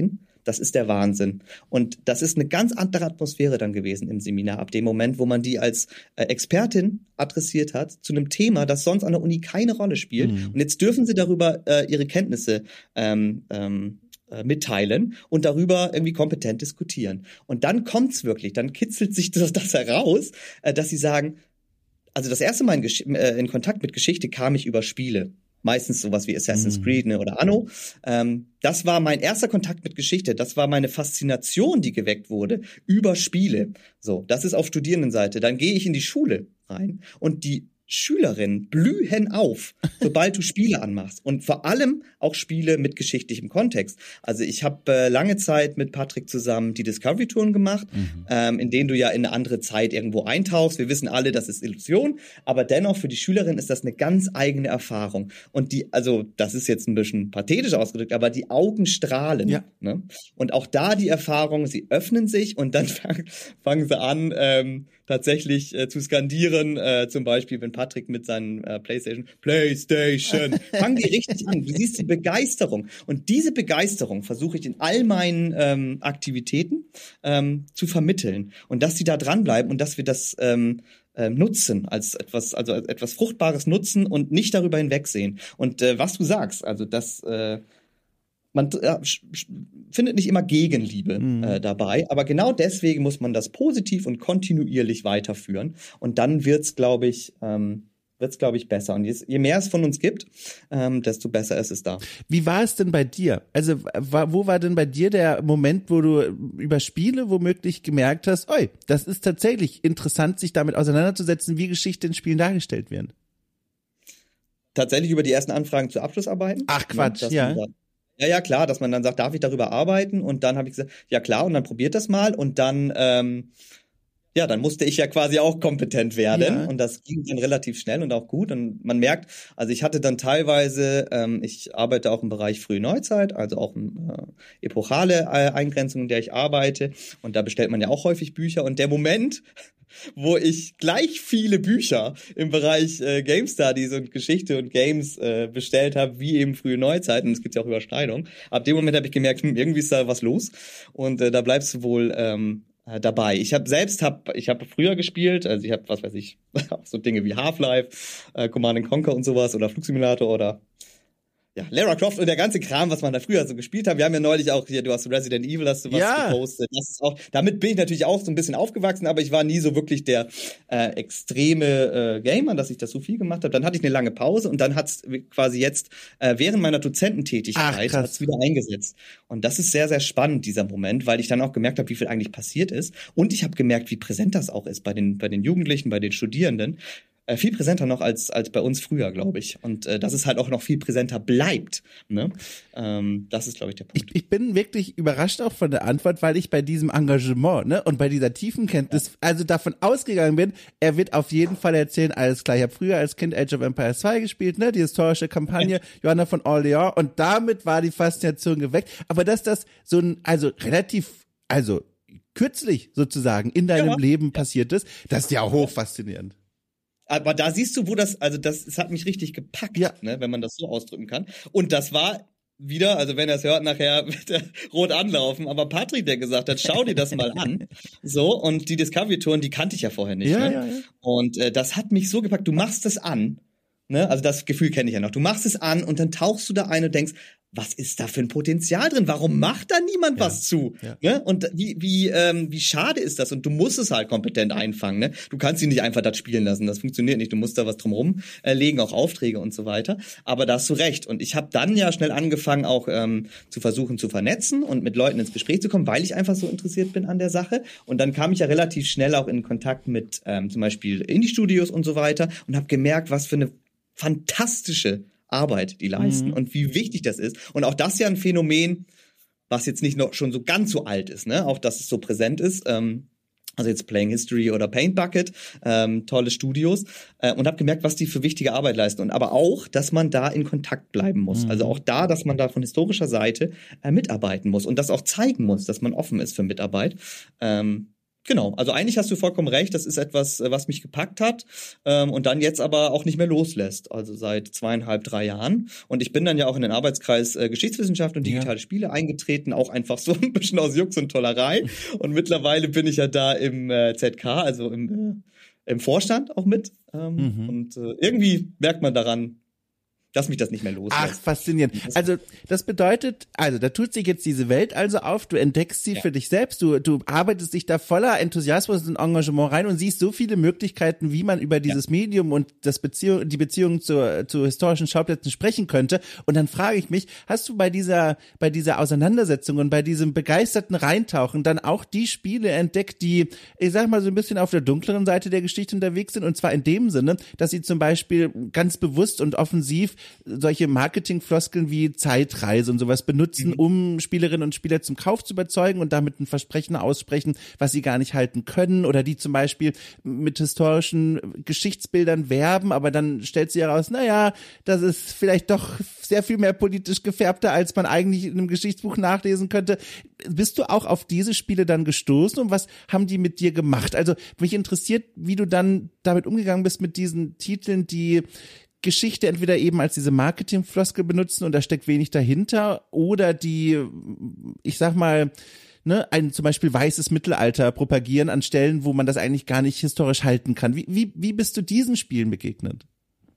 das ist der Wahnsinn. Und das ist eine ganz andere Atmosphäre dann gewesen im Seminar, ab dem Moment, wo man die als äh, Expertin adressiert hat zu einem Thema, das sonst an der Uni keine Rolle spielt. Mhm. Und jetzt dürfen sie darüber äh, ihre Kenntnisse ähm, ähm, äh, mitteilen und darüber irgendwie kompetent diskutieren. Und dann kommt's wirklich, dann kitzelt sich das, das heraus, äh, dass sie sagen, also das erste Mal in, Gesch- äh, in Kontakt mit Geschichte kam ich über Spiele. Meistens sowas wie Assassin's Creed, ne, oder Anno. Ähm, das war mein erster Kontakt mit Geschichte. Das war meine Faszination, die geweckt wurde über Spiele. So, das ist auf Studierendenseite. Dann gehe ich in die Schule rein und die Schülerinnen blühen auf, sobald du Spiele anmachst. Und vor allem auch Spiele mit geschichtlichem Kontext. Also ich habe äh, lange Zeit mit Patrick zusammen die Discovery-Touren gemacht, mhm. ähm, in denen du ja in eine andere Zeit irgendwo eintauchst. Wir wissen alle, das ist Illusion, aber dennoch für die Schülerin ist das eine ganz eigene Erfahrung. Und die, also das ist jetzt ein bisschen pathetisch ausgedrückt, aber die Augen strahlen. Ja. Ne? Und auch da die Erfahrung, sie öffnen sich und dann fangen, fangen sie an, ähm, tatsächlich äh, zu skandieren, äh, zum Beispiel, wenn Patrick mit seinen äh, PlayStation, PlayStation, fangen die richtig an. Du siehst die Begeisterung. Und diese Begeisterung versuche ich in all meinen ähm, Aktivitäten ähm, zu vermitteln. Und dass sie da dranbleiben und dass wir das ähm, äh, nutzen, als etwas, also als etwas Fruchtbares nutzen und nicht darüber hinwegsehen. Und äh, was du sagst, also das äh, Man äh, findet nicht immer Gegenliebe mhm. äh, dabei, aber genau deswegen muss man das positiv und kontinuierlich weiterführen. Und dann wird's, glaube ich, ähm, wird's, glaube ich, besser. Und je, je mehr es von uns gibt, ähm, desto besser ist es da.
Wie war es denn bei dir? Also war, wo war denn bei dir der Moment, wo du über Spiele womöglich gemerkt hast, oi, das ist tatsächlich interessant, sich damit auseinanderzusetzen, wie Geschichte in Spielen dargestellt werden?
Tatsächlich über die ersten Anfragen zu Abschlussarbeiten.
Ach Quatsch, ja. ja.
Ja, ja, klar, dass man dann sagt, darf ich darüber arbeiten? Und dann habe ich gesagt, ja klar, und dann probiert das mal. Und dann, ähm, ja, dann musste ich ja quasi auch kompetent werden. Ja. Und das ging dann relativ schnell und auch gut. Und man merkt, also ich hatte dann teilweise, ähm, ich arbeite auch im Bereich Frühe Neuzeit, also auch äh, epochale äh, Eingrenzung, in der ich arbeite. Und da bestellt man ja auch häufig Bücher. Und der Moment, wo ich gleich viele Bücher im Bereich äh, Game Studies und Geschichte und Games äh, bestellt habe, wie eben frühe Neuzeiten. Es gibt ja auch Überschneidungen. Ab dem Moment habe ich gemerkt, hm, irgendwie ist da was los. Und äh, da bleibst du wohl ähm, äh, dabei. Ich habe selbst, hab, ich habe früher gespielt, also ich habe, was weiß ich, auch so Dinge wie Half-Life, äh, Command and Conquer und sowas oder Flugsimulator oder ja, Lara Croft und der ganze Kram, was man da früher so gespielt hat. Wir haben ja neulich auch hier, du hast Resident Evil, hast du was ja. gepostet. Das ist auch, damit bin ich natürlich auch so ein bisschen aufgewachsen, aber ich war nie so wirklich der äh, extreme äh, Gamer, dass ich das so viel gemacht habe. Dann hatte ich eine lange Pause und dann hat's quasi jetzt äh, während meiner Dozententätigkeit Ach, hat's wieder eingesetzt. Und das ist sehr, sehr spannend, dieser Moment, weil ich dann auch gemerkt habe, wie viel eigentlich passiert ist. Und ich habe gemerkt, wie präsent das auch ist bei den, bei den Jugendlichen, bei den Studierenden. Äh, viel präsenter noch als als bei uns früher, glaube ich. Und äh, dass es halt auch noch viel präsenter bleibt. Ne? Ähm, das ist, glaube ich, der Punkt.
Ich, ich bin wirklich überrascht auch von der Antwort, weil ich bei diesem Engagement ne, und bei dieser tiefen Kenntnis, ja. also davon ausgegangen bin, er wird auf jeden Fall erzählen, alles klar, ich habe früher als Kind Age of Empires zwei gespielt, ne, die historische Kampagne, ja. Johanna von Orleans, und damit war die Faszination geweckt. Aber dass das so ein, also relativ, also kürzlich sozusagen in deinem ja. Leben passiert ist, das ist ja hoch faszinierend.
Aber da siehst du, wo das, also das, das hat mich richtig gepackt, ja. ne, wenn man das so ausdrücken kann. Und das war wieder, also wenn er es hört, nachher wird er rot anlaufen. Aber Patrick, der gesagt hat, schau dir das mal an. So, und die Discovery-Touren, die kannte ich ja vorher nicht. Ja, ne? ja, ja. Und äh, das hat mich so gepackt. Du machst es an, ne? Also das Gefühl kenne ich ja noch. Du machst es an und dann tauchst du da ein und denkst, was ist da für ein Potenzial drin? Warum macht da niemand ja, was zu? Ja. Ne? Und wie wie ähm, wie schade ist das? Und du musst es halt kompetent einfangen. Ne? Du kannst ihn nicht einfach das spielen lassen. Das funktioniert nicht. Du musst da was drumherum äh, legen, auch Aufträge und so weiter. Aber da hast du recht. Und ich habe dann ja schnell angefangen, auch ähm, zu versuchen zu vernetzen und mit Leuten ins Gespräch zu kommen, weil ich einfach so interessiert bin an der Sache. Und dann kam ich ja relativ schnell auch in Kontakt mit ähm, zum Beispiel Indie-Studios und so weiter und habe gemerkt, was für eine fantastische Arbeit, die leisten mhm. und wie wichtig das ist. Und auch das ist ja ein Phänomen, was jetzt nicht noch schon so ganz so alt ist, ne? Auch, dass es so präsent ist. Ähm, also jetzt Playing History oder Paint Bucket, ähm, tolle Studios. Äh, und habe gemerkt, was die für wichtige Arbeit leisten. Und aber auch, dass man da in Kontakt bleiben muss. Mhm. Also auch da, dass man da von historischer Seite äh, mitarbeiten muss und das auch zeigen muss, dass man offen ist für Mitarbeit. Ähm, Genau, also eigentlich hast du vollkommen recht, das ist etwas, was mich gepackt hat ähm, und dann jetzt aber auch nicht mehr loslässt, also seit zweieinhalb, drei Jahren. Und ich bin dann ja auch in den Arbeitskreis äh, Geschichtswissenschaft und digitale ja. Spiele eingetreten, auch einfach so ein bisschen aus Jux und Tollerei. Und mittlerweile bin ich ja da im äh, Z K, also im, äh, im Vorstand auch mit. Ähm, mhm. Und äh, irgendwie merkt man daran, dass mich das nicht mehr loslässt.
Ach, faszinierend. Also das bedeutet, also da tut sich jetzt diese Welt also auf, du entdeckst sie ja. für dich selbst, du du arbeitest dich da voller Enthusiasmus und Engagement rein und siehst so viele Möglichkeiten, wie man über dieses ja. Medium und das Beziehung, die Beziehung zu, zu historischen Schauplätzen sprechen könnte. Und dann frage ich mich, hast du bei dieser bei dieser Auseinandersetzung und bei diesem begeisterten Reintauchen dann auch die Spiele entdeckt, die, ich sag mal, so ein bisschen auf der dunkleren Seite der Geschichte unterwegs sind? Und zwar in dem Sinne, dass sie zum Beispiel ganz bewusst und offensiv solche Marketingfloskeln wie Zeitreise und sowas benutzen, mhm. um Spielerinnen und Spieler zum Kauf zu überzeugen und damit ein Versprechen aussprechen, was sie gar nicht halten können, oder die zum Beispiel mit historischen Geschichtsbildern werben, aber dann stellt sie heraus, naja, das ist vielleicht doch sehr viel mehr politisch gefärbter, als man eigentlich in einem Geschichtsbuch nachlesen könnte. Bist du auch auf diese Spiele dann gestoßen und was haben die mit dir gemacht? Also mich interessiert, wie du dann damit umgegangen bist mit diesen Titeln, die Geschichte entweder eben als diese Marketingfloskel benutzen und da steckt wenig dahinter, oder die, ich sag mal, ne, ein zum Beispiel weißes Mittelalter propagieren an Stellen, wo man das eigentlich gar nicht historisch halten kann. Wie, wie, wie bist du diesen Spielen begegnet?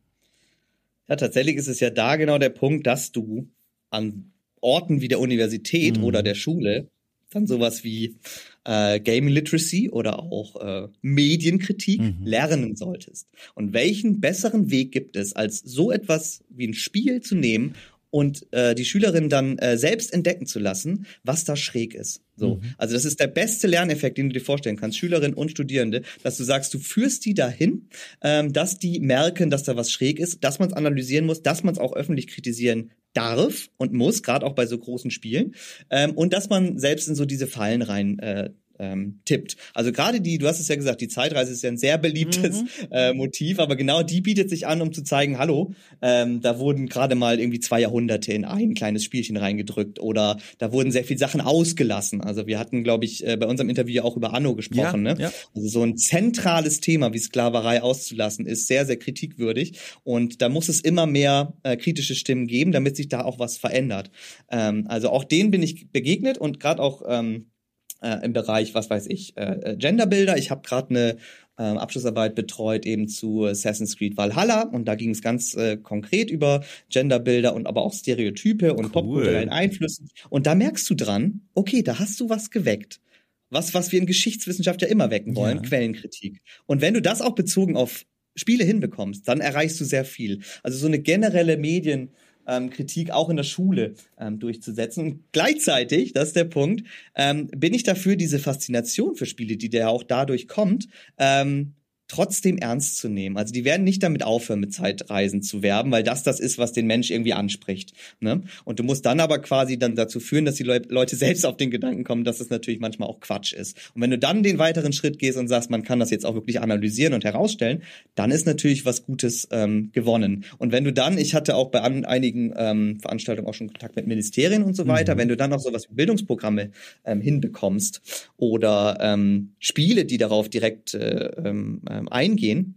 Ja, tatsächlich ist es ja da genau der Punkt, dass du an Orten wie der Universität mhm. oder der Schule dann sowas wie äh, Game Literacy oder auch äh, Medienkritik mhm. lernen solltest. Und welchen besseren Weg gibt es, als so etwas wie ein Spiel zu nehmen und äh, die Schülerinnen dann äh, selbst entdecken zu lassen, was da schräg ist. So, mhm. also das ist der beste Lerneffekt, den du dir vorstellen kannst, Schülerinnen und Studierende, dass du sagst, du führst die dahin, ähm, dass die merken, dass da was schräg ist, dass man es analysieren muss, dass man es auch öffentlich kritisieren darf und muss, gerade auch bei so großen Spielen, ähm, und dass man selbst in so diese Fallen rein äh, ähm, tippt. Also gerade die, du hast es ja gesagt, die Zeitreise ist ja ein sehr beliebtes mhm. äh, Motiv, aber genau die bietet sich an, um zu zeigen, hallo, ähm, da wurden gerade mal irgendwie zwei Jahrhunderte in ein kleines Spielchen reingedrückt oder da wurden sehr viele Sachen ausgelassen. Also wir hatten, glaube ich, äh, bei unserem Interview auch über Anno gesprochen. Ja, ne? Ja. Also so ein zentrales Thema wie Sklaverei auszulassen, ist sehr, sehr kritikwürdig und da muss es immer mehr äh, kritische Stimmen geben, damit sich da auch was verändert. Ähm, also auch denen bin ich begegnet und gerade auch ähm, Äh, im Bereich, was weiß ich, äh, Genderbilder. Ich habe gerade eine äh, Abschlussarbeit betreut eben zu Assassin's Creed Valhalla und da ging es ganz äh, konkret über Genderbilder und aber auch Stereotype und cool. popkulturellen Einflüssen. Und da merkst du dran, okay, da hast du was geweckt. Was, was wir in Geschichtswissenschaft ja immer wecken wollen, ja. Quellenkritik. Und wenn du das auch bezogen auf Spiele hinbekommst, dann erreichst du sehr viel. Also so eine generelle Medien Ähm, Kritik auch in der Schule ähm, durchzusetzen. Und gleichzeitig, das ist der Punkt, ähm, bin ich dafür, diese Faszination für Spiele, die ja auch dadurch kommt, ähm, trotzdem ernst zu nehmen. Also die werden nicht damit aufhören, mit Zeitreisen zu werben, weil das das ist, was den Mensch irgendwie anspricht. Ne? Und du musst dann aber quasi dann dazu führen, dass die Le- Leute selbst auf den Gedanken kommen, dass das natürlich manchmal auch Quatsch ist. Und wenn du dann den weiteren Schritt gehst und sagst, man kann das jetzt auch wirklich analysieren und herausstellen, dann ist natürlich was Gutes ähm, gewonnen. Und wenn du dann, ich hatte auch bei an, einigen ähm, Veranstaltungen auch schon Kontakt mit Ministerien und so weiter, mhm. wenn du dann auch sowas wie Bildungsprogramme ähm, hinbekommst oder ähm, Spiele, die darauf direkt äh, ähm, eingehen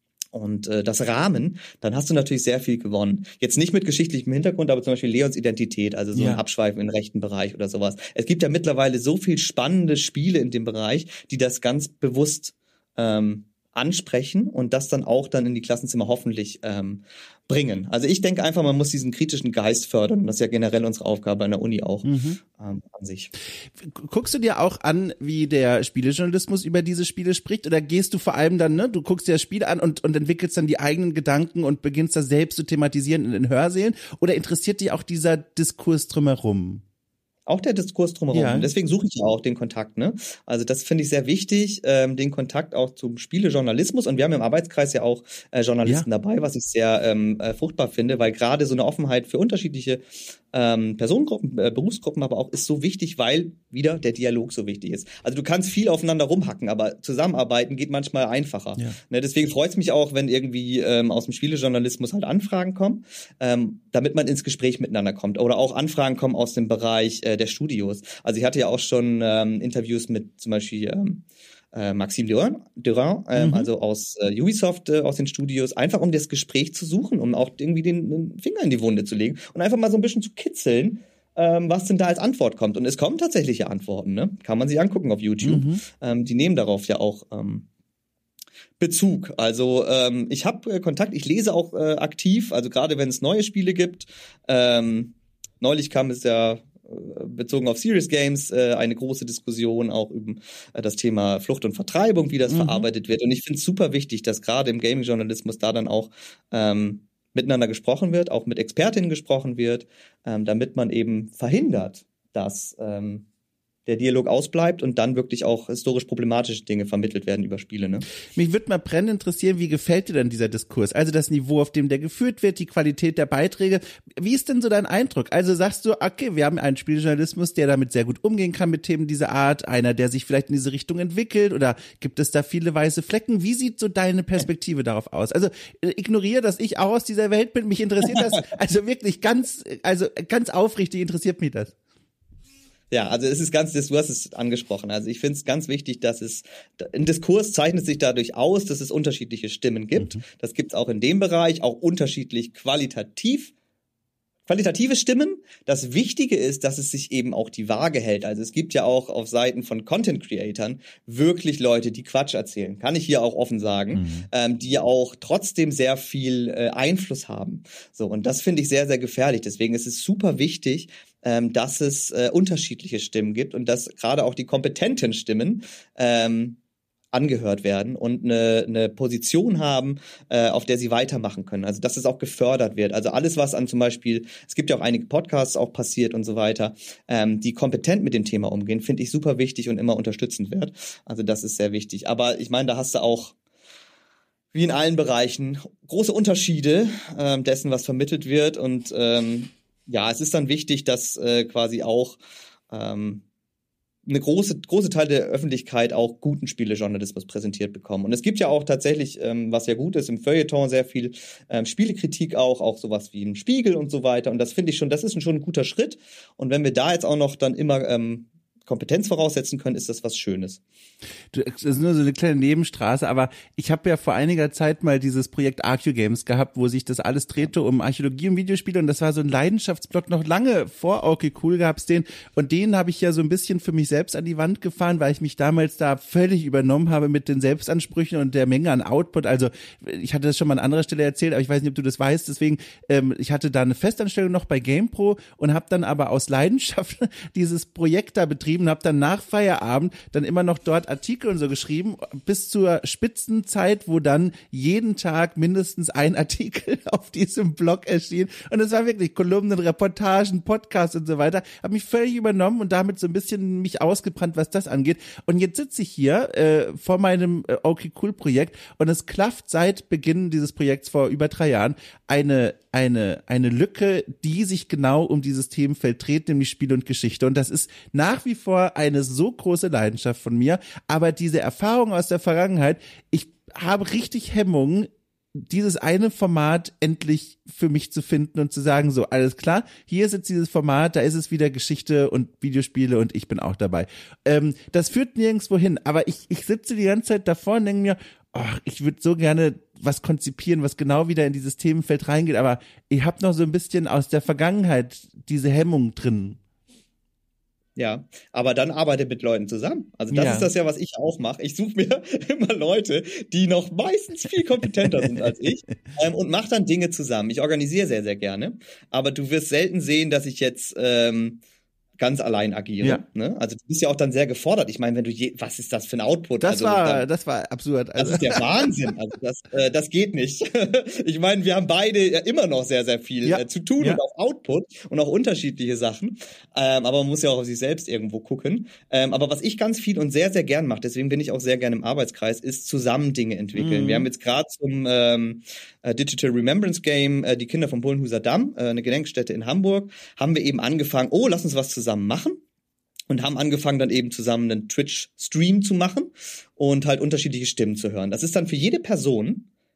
und äh, das Rahmen, dann hast du natürlich sehr viel gewonnen. Jetzt nicht mit geschichtlichem Hintergrund, aber zum Beispiel Leons Identität, also so ja. ein Abschweifen im rechten Bereich oder sowas. Es gibt ja mittlerweile so viel spannende Spiele in dem Bereich, die das ganz bewusst ähm, ansprechen und das dann auch dann in die Klassenzimmer hoffentlich ähm, bringen. Also ich denke einfach, man muss diesen kritischen Geist fördern. Und das ist ja generell unsere Aufgabe an der Uni auch mhm. ähm, an sich.
Guckst du dir auch an, wie der Spielejournalismus über diese Spiele spricht? Oder gehst du vor allem dann, ne, du guckst dir das Spiel an und, und entwickelst dann die eigenen Gedanken und beginnst das selbst zu thematisieren in den Hörsälen? Oder interessiert dich auch dieser Diskurs drumherum?
Auch der Diskurs drumherum. Ja. Und deswegen suche ich ja auch den Kontakt. Ne? Also das finde ich sehr wichtig, ähm, den Kontakt auch zum Spielejournalismus. Und wir haben im Arbeitskreis ja auch äh, Journalisten ja. dabei, was ich sehr ähm, äh, fruchtbar finde, weil gerade so eine Offenheit für unterschiedliche ähm, Personengruppen, äh, Berufsgruppen aber auch ist so wichtig, weil wieder der Dialog so wichtig ist. Also du kannst viel aufeinander rumhacken, aber zusammenarbeiten geht manchmal einfacher. Ja. Ne? Deswegen freut es mich auch, wenn irgendwie ähm, aus dem Spielejournalismus halt Anfragen kommen, ähm, damit man ins Gespräch miteinander kommt. Oder auch Anfragen kommen aus dem Bereich äh, der Studios. Also ich hatte ja auch schon ähm, Interviews mit zum Beispiel ähm, äh, Maxime Durand, Durand ähm, mhm. also aus äh, Ubisoft, äh, aus den Studios, einfach um das Gespräch zu suchen, um auch irgendwie den, den Finger in die Wunde zu legen und einfach mal so ein bisschen zu kitzeln, ähm, was denn da als Antwort kommt. Und es kommen tatsächliche Antworten, ne? Kann man sich angucken auf YouTube. Mhm. Ähm, die nehmen darauf ja auch ähm, Bezug. Also ähm, ich habe äh, Kontakt, ich lese auch äh, aktiv, also gerade wenn es neue Spiele gibt. Ähm, neulich kam es ja bezogen auf Serious Games äh, eine große Diskussion auch über äh, das Thema Flucht und Vertreibung, wie das mhm. verarbeitet wird. Und ich finde es super wichtig, dass gerade im Gaming-Journalismus da dann auch ähm, miteinander gesprochen wird, auch mit Expertinnen gesprochen wird, ähm, damit man eben verhindert, dass ähm, der Dialog ausbleibt und dann wirklich auch historisch problematische Dinge vermittelt werden über Spiele. Ne?
Mich würde mal brennend interessieren, wie gefällt dir denn dieser Diskurs? Also das Niveau, auf dem der geführt wird, die Qualität der Beiträge. Wie ist denn so dein Eindruck? Also sagst du, okay, wir haben einen Spieljournalismus, der damit sehr gut umgehen kann mit Themen dieser Art, einer, der sich vielleicht in diese Richtung entwickelt, oder gibt es da viele weiße Flecken? Wie sieht so deine Perspektive darauf aus? Also ignoriere, dass ich auch aus dieser Welt bin. Mich interessiert das, also wirklich ganz, also ganz aufrichtig interessiert mich das.
Ja, also es ist ganz, du hast es angesprochen. Also ich finde es ganz wichtig, dass es, ein Diskurs zeichnet sich dadurch aus, dass es unterschiedliche Stimmen gibt. Mhm. Das gibt es auch in dem Bereich, auch unterschiedlich qualitativ. Qualitative Stimmen. Das Wichtige ist, dass es sich eben auch die Waage hält. Also es gibt ja auch auf Seiten von Content-Creatern wirklich Leute, die Quatsch erzählen. Kann ich hier auch offen sagen. Mhm. Ähm, die auch trotzdem sehr viel äh, Einfluss haben. So, und das finde ich sehr, sehr gefährlich. Deswegen ist es super wichtig, ähm, dass es äh, unterschiedliche Stimmen gibt und dass gerade auch die kompetenten Stimmen ähm, angehört werden und eine, eine Position haben, äh, auf der sie weitermachen können. Also dass es auch gefördert wird. Also alles, was an zum Beispiel, es gibt ja auch einige Podcasts auch passiert und so weiter, ähm, die kompetent mit dem Thema umgehen, finde ich super wichtig und immer unterstützend wert. Also das ist sehr wichtig. Aber ich meine, da hast du auch wie in allen Bereichen große Unterschiede ähm, dessen, was vermittelt wird. Und ähm, ja, es ist dann wichtig, dass äh, quasi auch ähm, eine große große Teil der Öffentlichkeit auch guten Spielejournalismus präsentiert bekommen. Und es gibt ja auch tatsächlich, ähm, was ja gut ist, im Feuilleton sehr viel ähm, Spielekritik auch, auch sowas wie ein Spiegel und so weiter. Und das finde ich schon, das ist schon ein guter Schritt. Und wenn wir da jetzt auch noch dann immer ähm, Kompetenz voraussetzen können, ist das was Schönes.
Du, das ist nur so eine kleine Nebenstraße, aber ich habe ja vor einiger Zeit mal dieses Projekt ArcuGames gehabt, wo sich das alles drehte um Archäologie und Videospiele, und das war so ein Leidenschaftsblock, noch lange vor Okay Cool gab's den, und den habe ich ja so ein bisschen für mich selbst an die Wand gefahren, weil ich mich damals da völlig übernommen habe mit den Selbstansprüchen und der Menge an Output. Also ich hatte das schon mal an anderer Stelle erzählt, aber ich weiß nicht, ob du das weißt, deswegen, ähm, ich hatte da eine Festanstellung noch bei GamePro und habe dann aber aus Leidenschaft dieses Projekt da betrieben, habe dann nach Feierabend dann immer noch dort Artikel und so geschrieben, bis zur Spitzenzeit, wo dann jeden Tag mindestens ein Artikel auf diesem Blog erschien. Und es war wirklich Kolumnen, Reportagen, Podcasts und so weiter. Habe mich völlig übernommen und damit so ein bisschen mich ausgebrannt, was das angeht. Und jetzt sitze ich hier äh, vor meinem äh, Okay Cool Projekt, und es klafft seit Beginn dieses Projekts vor über drei Jahren eine eine eine Lücke, die sich genau um dieses Themenfeld dreht, nämlich Spiel und Geschichte. Und das ist nach wie vor eine so große Leidenschaft von mir. Aber diese Erfahrung aus der Vergangenheit, ich habe richtig Hemmungen, dieses eine Format endlich für mich zu finden und zu sagen, so, alles klar, hier ist jetzt dieses Format, da ist es wieder Geschichte und Videospiele und ich bin auch dabei. Ähm, das führt nirgendwo hin, aber ich, ich sitze die ganze Zeit davor und denke mir, oh, ich würde so gerne was konzipieren, was genau wieder in dieses Themenfeld reingeht, aber ich habe noch so ein bisschen aus der Vergangenheit diese Hemmung drin.
Ja, aber dann arbeite mit Leuten zusammen. Also das ja. ist das ja, was ich auch mache. Ich suche mir immer Leute, die noch meistens viel kompetenter sind als ich, ähm, und mache dann Dinge zusammen. Ich organisiere sehr, sehr gerne, aber du wirst selten sehen, dass ich jetzt ähm, ganz allein agiere. Ja. Ne? Also du bist ja auch dann sehr gefordert. Ich meine, wenn du je, was ist das für ein Output?
Das
also,
war,
dann,
das war absurd.
Also. Das ist der Wahnsinn. Also das, äh, das geht nicht. Ich meine, wir haben beide ja immer noch sehr, sehr viel ja. äh, zu tun ja. und auch Output und auch unterschiedliche Sachen. Ähm, aber man muss ja auch auf sich selbst irgendwo gucken. Ähm, aber was ich ganz viel und sehr, sehr gern mache, deswegen bin ich auch sehr gerne im Arbeitskreis, ist zusammen Dinge entwickeln. Mhm. Wir haben jetzt gerade zum ähm, Digital Remembrance Game, äh, die Kinder vom Bullenhuser Damm, äh, eine Gedenkstätte in Hamburg, haben wir eben angefangen, oh, lass uns was zusammen machen, und haben angefangen, dann eben zusammen einen Twitch-Stream zu machen und halt unterschiedliche Stimmen zu hören. Das ist dann für jede Person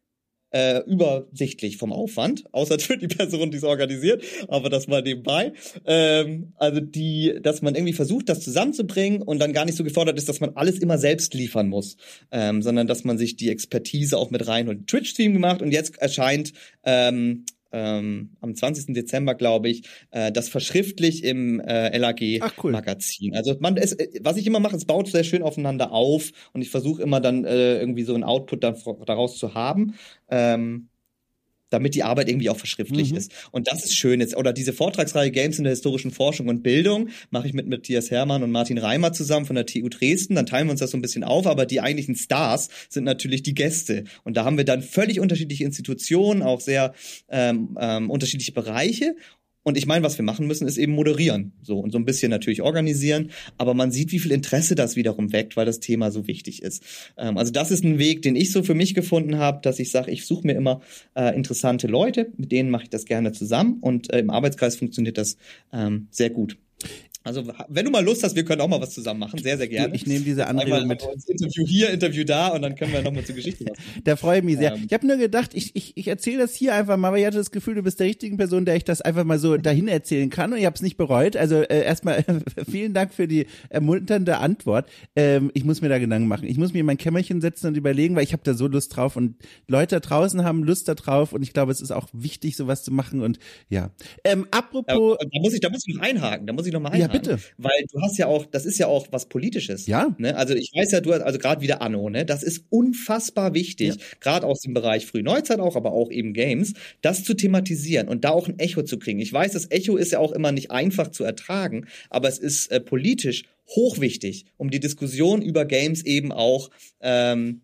äh, übersichtlich vom Aufwand, außer für die Person, die es organisiert, aber das mal nebenbei. Ähm, also die, dass man irgendwie versucht, das zusammenzubringen und dann gar nicht so gefordert ist, dass man alles immer selbst liefern muss, ähm, sondern dass man sich die Expertise auch mit reinholt. Twitch-Stream gemacht und jetzt erscheint ähm, ähm, am zwanzigsten Dezember, glaube ich, äh, das verschriftlich im äh, L A G-Magazin. Cool. Also man, es, was ich immer mache, es baut sehr schön aufeinander auf und ich versuche immer dann äh, irgendwie so einen Output dann daraus zu haben. Ähm, damit die Arbeit irgendwie auch verschriftlich mhm. ist. Und das ist schön jetzt. Oder diese Vortragsreihe Games in der historischen Forschung und Bildung mache ich mit Matthias Hermann und Martin Reimer zusammen von der T U Dresden. Dann teilen wir uns das so ein bisschen auf, aber die eigentlichen Stars sind natürlich die Gäste. Und da haben wir dann völlig unterschiedliche Institutionen, auch sehr ähm, ähm, unterschiedliche Bereiche. Und ich meine, was wir machen müssen, ist eben moderieren. So und so ein bisschen natürlich organisieren. Aber man sieht, wie viel Interesse das wiederum weckt, weil das Thema so wichtig ist. Ähm, also das ist ein Weg, den ich so für mich gefunden habe, dass ich sage, ich suche mir immer äh, interessante Leute, mit denen mache ich das gerne zusammen. Und äh, im Arbeitskreis funktioniert das ähm, sehr gut. Also, wenn du mal Lust hast, wir können auch mal was zusammen machen. Sehr, sehr gerne.
Ich nehme diese Anregung mit.
Interview hier, Interview da und dann können wir nochmal zur Geschichte was machen.
Da freue ich mich sehr. Ähm. Ich habe nur gedacht, ich, ich, ich erzähle das hier einfach mal, weil ich hatte das Gefühl, du bist der richtigen Person, der ich das einfach mal so dahin erzählen kann und ich habe es nicht bereut. Also äh, erstmal äh, vielen Dank für die ermunternde Antwort. Ähm, ich muss mir da Gedanken machen. Ich muss mir in mein Kämmerchen setzen und überlegen, weil ich habe da so Lust drauf und Leute da draußen haben Lust da drauf und ich glaube, es ist auch wichtig, sowas zu machen und ja. Ähm, apropos.
Da, da muss ich, da muss ich noch einhaken, da muss ich noch mal einhaken.
Ja, bitte.
Weil du hast ja auch, das ist ja auch was Politisches.
Ja.
Ne? Also ich weiß ja, du hast, also gerade wieder Anno, ne? Das ist unfassbar wichtig, ja. Gerade aus dem Bereich Frühneuzeit auch, aber auch eben Games, das zu thematisieren und da auch ein Echo zu kriegen. Ich weiß, das Echo ist ja auch immer nicht einfach zu ertragen, aber es ist äh, politisch hochwichtig, um die Diskussion über Games eben auch ähm,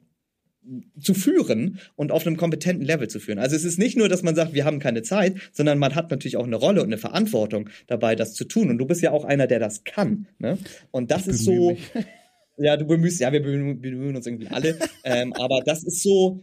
zu führen und auf einem kompetenten Level zu führen. Also es ist nicht nur, dass man sagt, wir haben keine Zeit, sondern man hat natürlich auch eine Rolle und eine Verantwortung dabei, das zu tun. Und du bist ja auch einer, der das kann. Ne? Und das ist so, mich. ja, du bemühst, ja, wir bemühen, bemühen uns irgendwie alle, ähm, aber das ist so,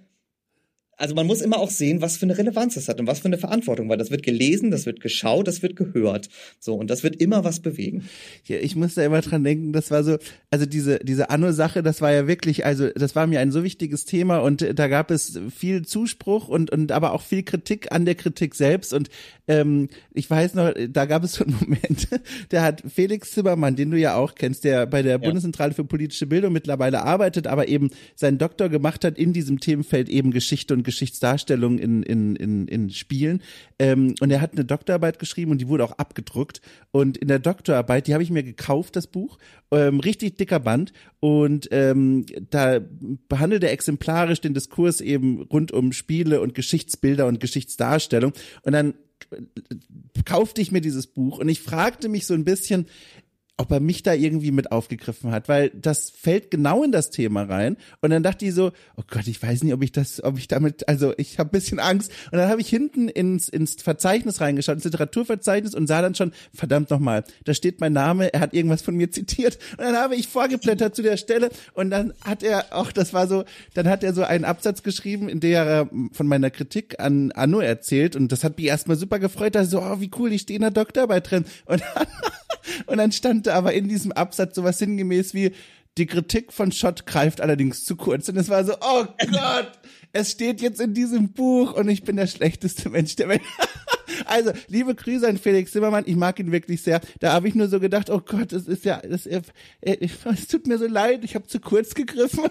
also man muss immer auch sehen, was für eine Relevanz das hat und was für eine Verantwortung, weil das wird gelesen, das wird geschaut, das wird gehört. So, und das wird immer was bewegen.
Ja, ich muss da immer dran denken, das war so, also diese diese Anno-Sache, das war ja wirklich, also das war mir ein so wichtiges Thema und da gab es viel Zuspruch und und aber auch viel Kritik an der Kritik selbst und ähm, ich weiß noch, da gab es so einen Moment, da hat Felix Zimmermann, den du ja auch kennst, der bei der ja. Bundeszentrale für politische Bildung mittlerweile arbeitet, aber eben seinen Doktor gemacht hat in diesem Themenfeld eben Geschichte und Geschichtsdarstellung in in in in Spielen ähm, und er hat eine Doktorarbeit geschrieben und die wurde auch abgedruckt und in der Doktorarbeit, die habe ich mir gekauft, das Buch, ähm, richtig dicker Band und ähm, da behandelt er exemplarisch den Diskurs eben rund um Spiele und Geschichtsbilder und Geschichtsdarstellung und dann kaufte ich mir dieses Buch und ich fragte mich so ein bisschen, ob er mich da irgendwie mit aufgegriffen hat, weil das fällt genau in das Thema rein und dann dachte ich so, oh Gott, ich weiß nicht, ob ich das, ob ich damit, also ich habe ein bisschen Angst und dann habe ich hinten ins ins Verzeichnis reingeschaut, ins Literaturverzeichnis und sah dann schon, verdammt nochmal, da steht mein Name, er hat irgendwas von mir zitiert und dann habe ich vorgeblättert zu der Stelle und dann hat er auch, das war so, dann hat er so einen Absatz geschrieben, in der er von meiner Kritik an Anno erzählt und das hat mich erstmal super gefreut, dass so, oh, wie cool, ich stehe in der Doktorarbeit drin und dann, und dann stand da aber in diesem Absatz sowas sinngemäß wie, die Kritik von Schott greift allerdings zu kurz. Und es war so, oh Gott, es steht jetzt in diesem Buch und ich bin der schlechteste Mensch der Welt. Also, liebe Grüße an Felix Zimmermann, ich mag ihn wirklich sehr. Da habe ich nur so gedacht, oh Gott, es ist ja, das, äh, es tut mir so leid, ich habe zu kurz gegriffen.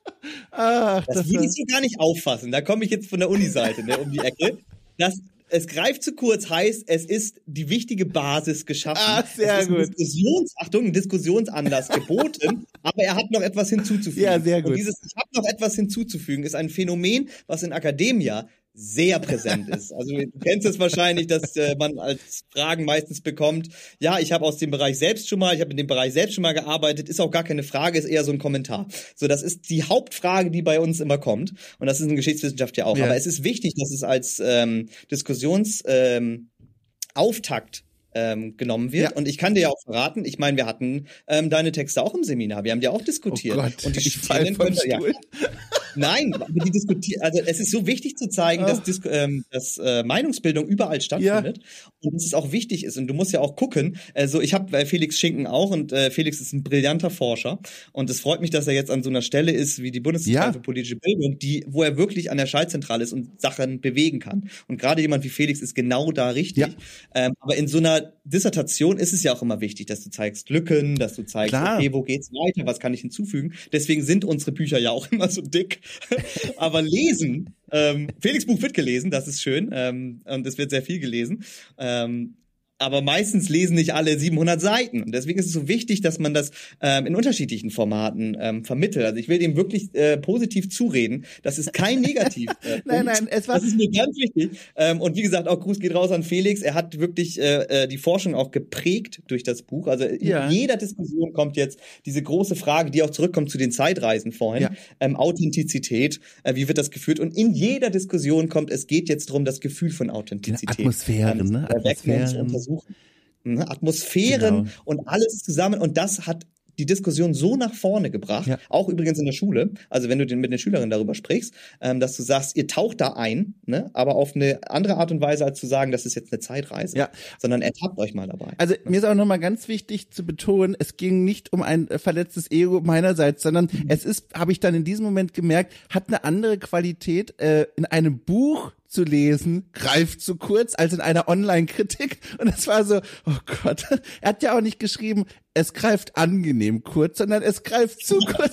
Ach,
das das will ich so gar nicht auffassen. Da komme ich jetzt von der Uni-Seite, ne, um die Ecke. Das Es greift zu kurz, heißt, es ist die wichtige Basis geschaffen.
Ah, sehr
es ist
gut.
Ein Diskussions, Achtung, ein Diskussionsanlass geboten, aber er hat noch etwas hinzuzufügen.
Ja, sehr gut.
Und dieses Ich habe noch etwas hinzuzufügen ist ein Phänomen, was in Academia sehr präsent ist. Also du kennst es wahrscheinlich, dass äh, man als Fragen meistens bekommt, ja, ich habe aus dem Bereich selbst schon mal, ich habe in dem Bereich selbst schon mal gearbeitet, ist auch gar keine Frage, ist eher so ein Kommentar. So, das ist die Hauptfrage, die bei uns immer kommt und das ist in Geschichtswissenschaft ja auch. Ja. Aber es ist wichtig, dass es als ähm, Diskussions ähm, Auftakt ähm, genommen wird. Ja. Und ich kann dir ja auch verraten, ich meine, wir hatten ähm, deine Texte auch im Seminar, wir haben die auch diskutiert.
Oh Gott,
und die
ich fall vom Stuhl.
Ja, Nein, aber die diskutieren, also es ist so wichtig zu zeigen, dass, Dis ähm, dass äh, Meinungsbildung überall stattfindet ja. und dass es auch wichtig ist. Und du musst ja auch gucken, also ich habe äh, Felix Schinken auch und äh, Felix ist ein brillanter Forscher und es freut mich, dass er jetzt an so einer Stelle ist wie die Bundeszentrale ja. für politische Bildung, die, wo er wirklich an der Schaltzentrale ist und Sachen bewegen kann. Und gerade jemand wie Felix ist genau da richtig. Ja. Ähm, aber in so einer Dissertation ist es ja auch immer wichtig, dass du zeigst Lücken, dass du zeigst, Klar. okay, wo geht's weiter, was kann ich hinzufügen. Deswegen sind unsere Bücher ja auch immer so dick. Aber lesen, ähm, Felix Buch wird gelesen, das ist schön, ähm, und es wird sehr viel gelesen. Ähm, aber meistens lesen nicht alle siebenhundert Seiten. Und deswegen ist es so wichtig, dass man das ähm, in unterschiedlichen Formaten ähm, vermittelt. Also ich will dem wirklich äh, positiv zureden. Das ist kein Negativ. Äh,
nein, nein, es war...
Das ist mir ganz wichtig. Ähm, und wie gesagt, auch Gruß geht raus an Felix. Er hat wirklich äh, die Forschung auch geprägt durch das Buch. Also ja. in jeder Diskussion kommt jetzt diese große Frage, die auch zurückkommt zu den Zeitreisen vorhin. Ja. Ähm, Authentizität. Äh, wie wird das geführt? Und in jeder Diskussion kommt, es geht jetzt darum, das Gefühl von Authentizität.
Atmosphären, ähm, ne? Atmosphären.
Atmosphären genau. und alles zusammen. Und das hat die Diskussion so nach vorne gebracht, ja. auch übrigens in der Schule. Also wenn du den, mit den Schülerinnen darüber sprichst, ähm, dass du sagst, ihr taucht da ein, ne, aber auf eine andere Art und Weise, als zu sagen, das ist jetzt eine Zeitreise, ja. sondern ertappt euch mal dabei.
Also ne? mir ist auch nochmal ganz wichtig zu betonen, es ging nicht um ein verletztes Ego meinerseits, sondern mhm. es ist, habe ich dann in diesem Moment gemerkt, hat eine andere Qualität äh, in einem Buch zu lesen, greift zu kurz als in einer Online-Kritik. Und es war so, oh Gott, er hat ja auch nicht geschrieben, es greift angenehm kurz, sondern es greift zu kurz.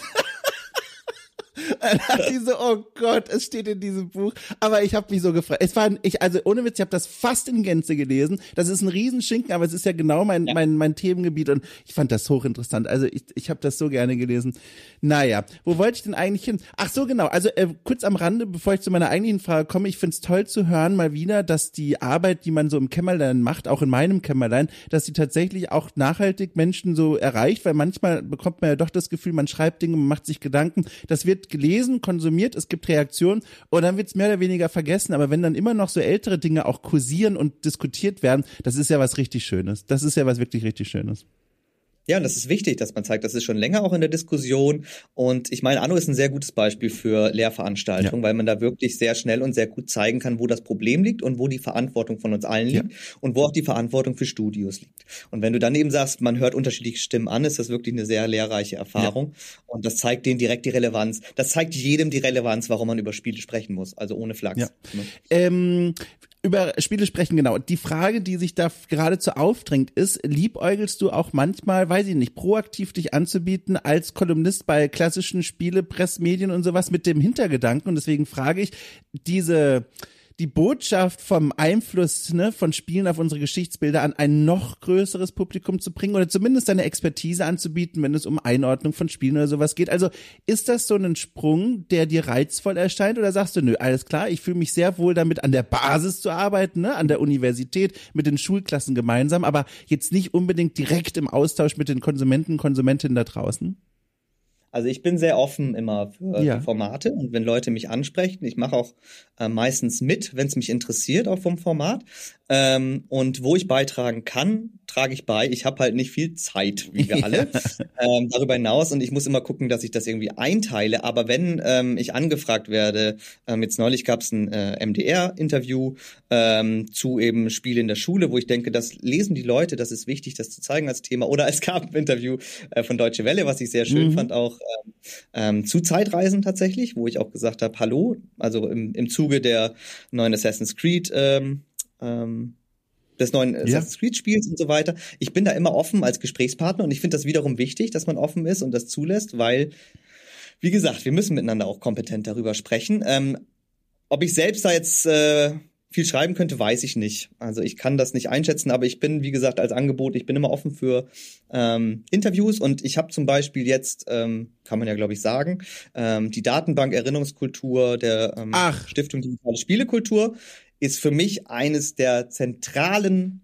Dann dachte ich so, oh Gott, es steht in diesem Buch. Aber ich habe mich so gefreut. Es war, ich, also ohne Witz, ich habe das fast in Gänze gelesen. Das ist ein Riesenschinken, aber es ist ja genau mein, ja. mein, mein Themengebiet und ich fand das hochinteressant. Also ich, ich habe das so gerne gelesen. Naja, wo wollte ich denn eigentlich hin? Ach so, genau. Also äh, kurz am Rande, bevor ich zu meiner eigentlichen Frage komme, ich find's toll zu hören mal wieder, dass die Arbeit, die man so im Kämmerlein macht, auch in meinem Kämmerlein, dass die tatsächlich auch nachhaltig Menschen so erreicht, weil manchmal bekommt man ja doch das Gefühl, man schreibt Dinge, man macht sich Gedanken, das wird gelesen, konsumiert, es gibt Reaktionen und dann wird's mehr oder weniger vergessen, aber wenn dann immer noch so ältere Dinge auch kursieren und diskutiert werden, das ist ja was richtig Schönes. Das ist ja was wirklich richtig Schönes.
Ja, und das ist wichtig, dass man zeigt, das ist schon länger auch in der Diskussion. Und ich meine, Anno ist ein sehr gutes Beispiel für Lehrveranstaltungen, ja. weil man da wirklich sehr schnell und sehr gut zeigen kann, wo das Problem liegt und wo die Verantwortung von uns allen liegt ja. und wo auch die Verantwortung für Studios liegt. Und wenn du dann eben sagst, man hört unterschiedliche Stimmen an, ist das wirklich eine sehr lehrreiche Erfahrung. Ja. Und das zeigt denen direkt die Relevanz. Das zeigt jedem die Relevanz, warum man über Spiele sprechen muss. Also ohne Flachs.
Ja. Ne? Ähm, über Spiele sprechen, genau. Die Frage, die sich da geradezu aufdrängt, ist, liebäugelst du auch manchmal, weiß ich nicht, proaktiv dich anzubieten als Kolumnist bei klassischen Spiele, Pressmedien und sowas mit dem Hintergedanken? Und deswegen frage ich, diese die Botschaft vom Einfluss ne, von Spielen auf unsere Geschichtsbilder an ein noch größeres Publikum zu bringen oder zumindest eine Expertise anzubieten, wenn es um Einordnung von Spielen oder sowas geht. Also ist das so ein Sprung, der dir reizvoll erscheint oder sagst du, nö, alles klar, ich fühle mich sehr wohl damit, an der Basis zu arbeiten, ne, an der Universität, mit den Schulklassen gemeinsam, aber jetzt nicht unbedingt direkt im Austausch mit den Konsumenten, Konsumentinnen da draußen?
Also ich bin sehr offen immer für ja. Formate und wenn Leute mich ansprechen, ich mache auch äh, meistens mit, wenn es mich interessiert, auch vom Format. Ähm, und wo ich beitragen kann, trage ich bei. Ich habe halt nicht viel Zeit, wie wir alle, ähm, darüber hinaus. Und ich muss immer gucken, dass ich das irgendwie einteile. Aber wenn ähm, ich angefragt werde, ähm, jetzt neulich gab es ein äh, M D R-Interview ähm, zu eben Spiele in der Schule, wo ich denke, das lesen die Leute, das ist wichtig, das zu zeigen als Thema. Oder es gab ein Interview äh, von Deutsche Welle, was ich sehr schön mhm. fand, auch ähm, ähm, zu Zeitreisen tatsächlich, wo ich auch gesagt habe, hallo, also im, im Zuge der neuen Assassin's Creed ähm, ähm, des neuen ja. Assassin's Creed Spiels und so weiter. Ich bin da immer offen als Gesprächspartner und ich finde das wiederum wichtig, dass man offen ist und das zulässt, weil, wie gesagt, wir müssen miteinander auch kompetent darüber sprechen. Ähm, ob ich selbst da jetzt äh, viel schreiben könnte, weiß ich nicht. Also ich kann das nicht einschätzen, aber ich bin, wie gesagt, als Angebot, ich bin immer offen für ähm, Interviews und ich habe zum Beispiel jetzt, ähm, kann man ja glaube ich sagen, ähm, die Datenbank Erinnerungskultur der ähm, Stiftung Digitale Spielekultur ist für mich eines der zentralen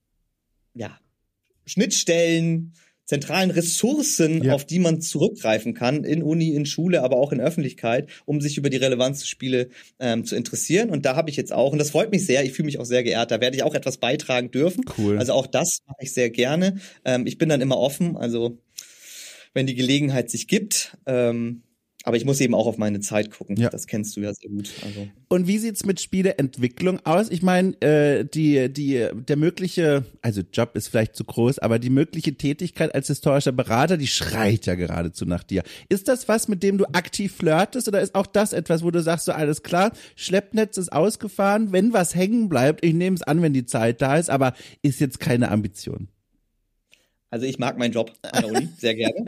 ja, Schnittstellen, zentralen Ressourcen, ja. auf die man zurückgreifen kann, in Uni, in Schule, aber auch in Öffentlichkeit, um sich über die Relevanz der Spiele ähm, zu interessieren. Und da habe ich jetzt auch, und das freut mich sehr, ich fühle mich auch sehr geehrt, da werde ich auch etwas beitragen dürfen.
Cool.
Also auch das mache ich sehr gerne. Ähm, ich bin dann immer offen, also wenn die Gelegenheit sich gibt. Ähm, Aber ich muss eben auch auf meine Zeit gucken.
Ja.
Das kennst du ja sehr gut. Also.
Und wie sieht's mit Spieleentwicklung aus? Ich meine, äh, die, die, der mögliche, also Job ist vielleicht zu groß, aber die mögliche Tätigkeit als historischer Berater, die schreit ja geradezu nach dir. Ist das was, mit dem du aktiv flirtest, oder ist auch das etwas, wo du sagst, so alles klar, Schleppnetz ist ausgefahren, wenn was hängen bleibt, ich nehme es an, wenn die Zeit da ist, aber ist jetzt keine Ambition?
Also ich mag meinen Job an der Uni sehr gerne.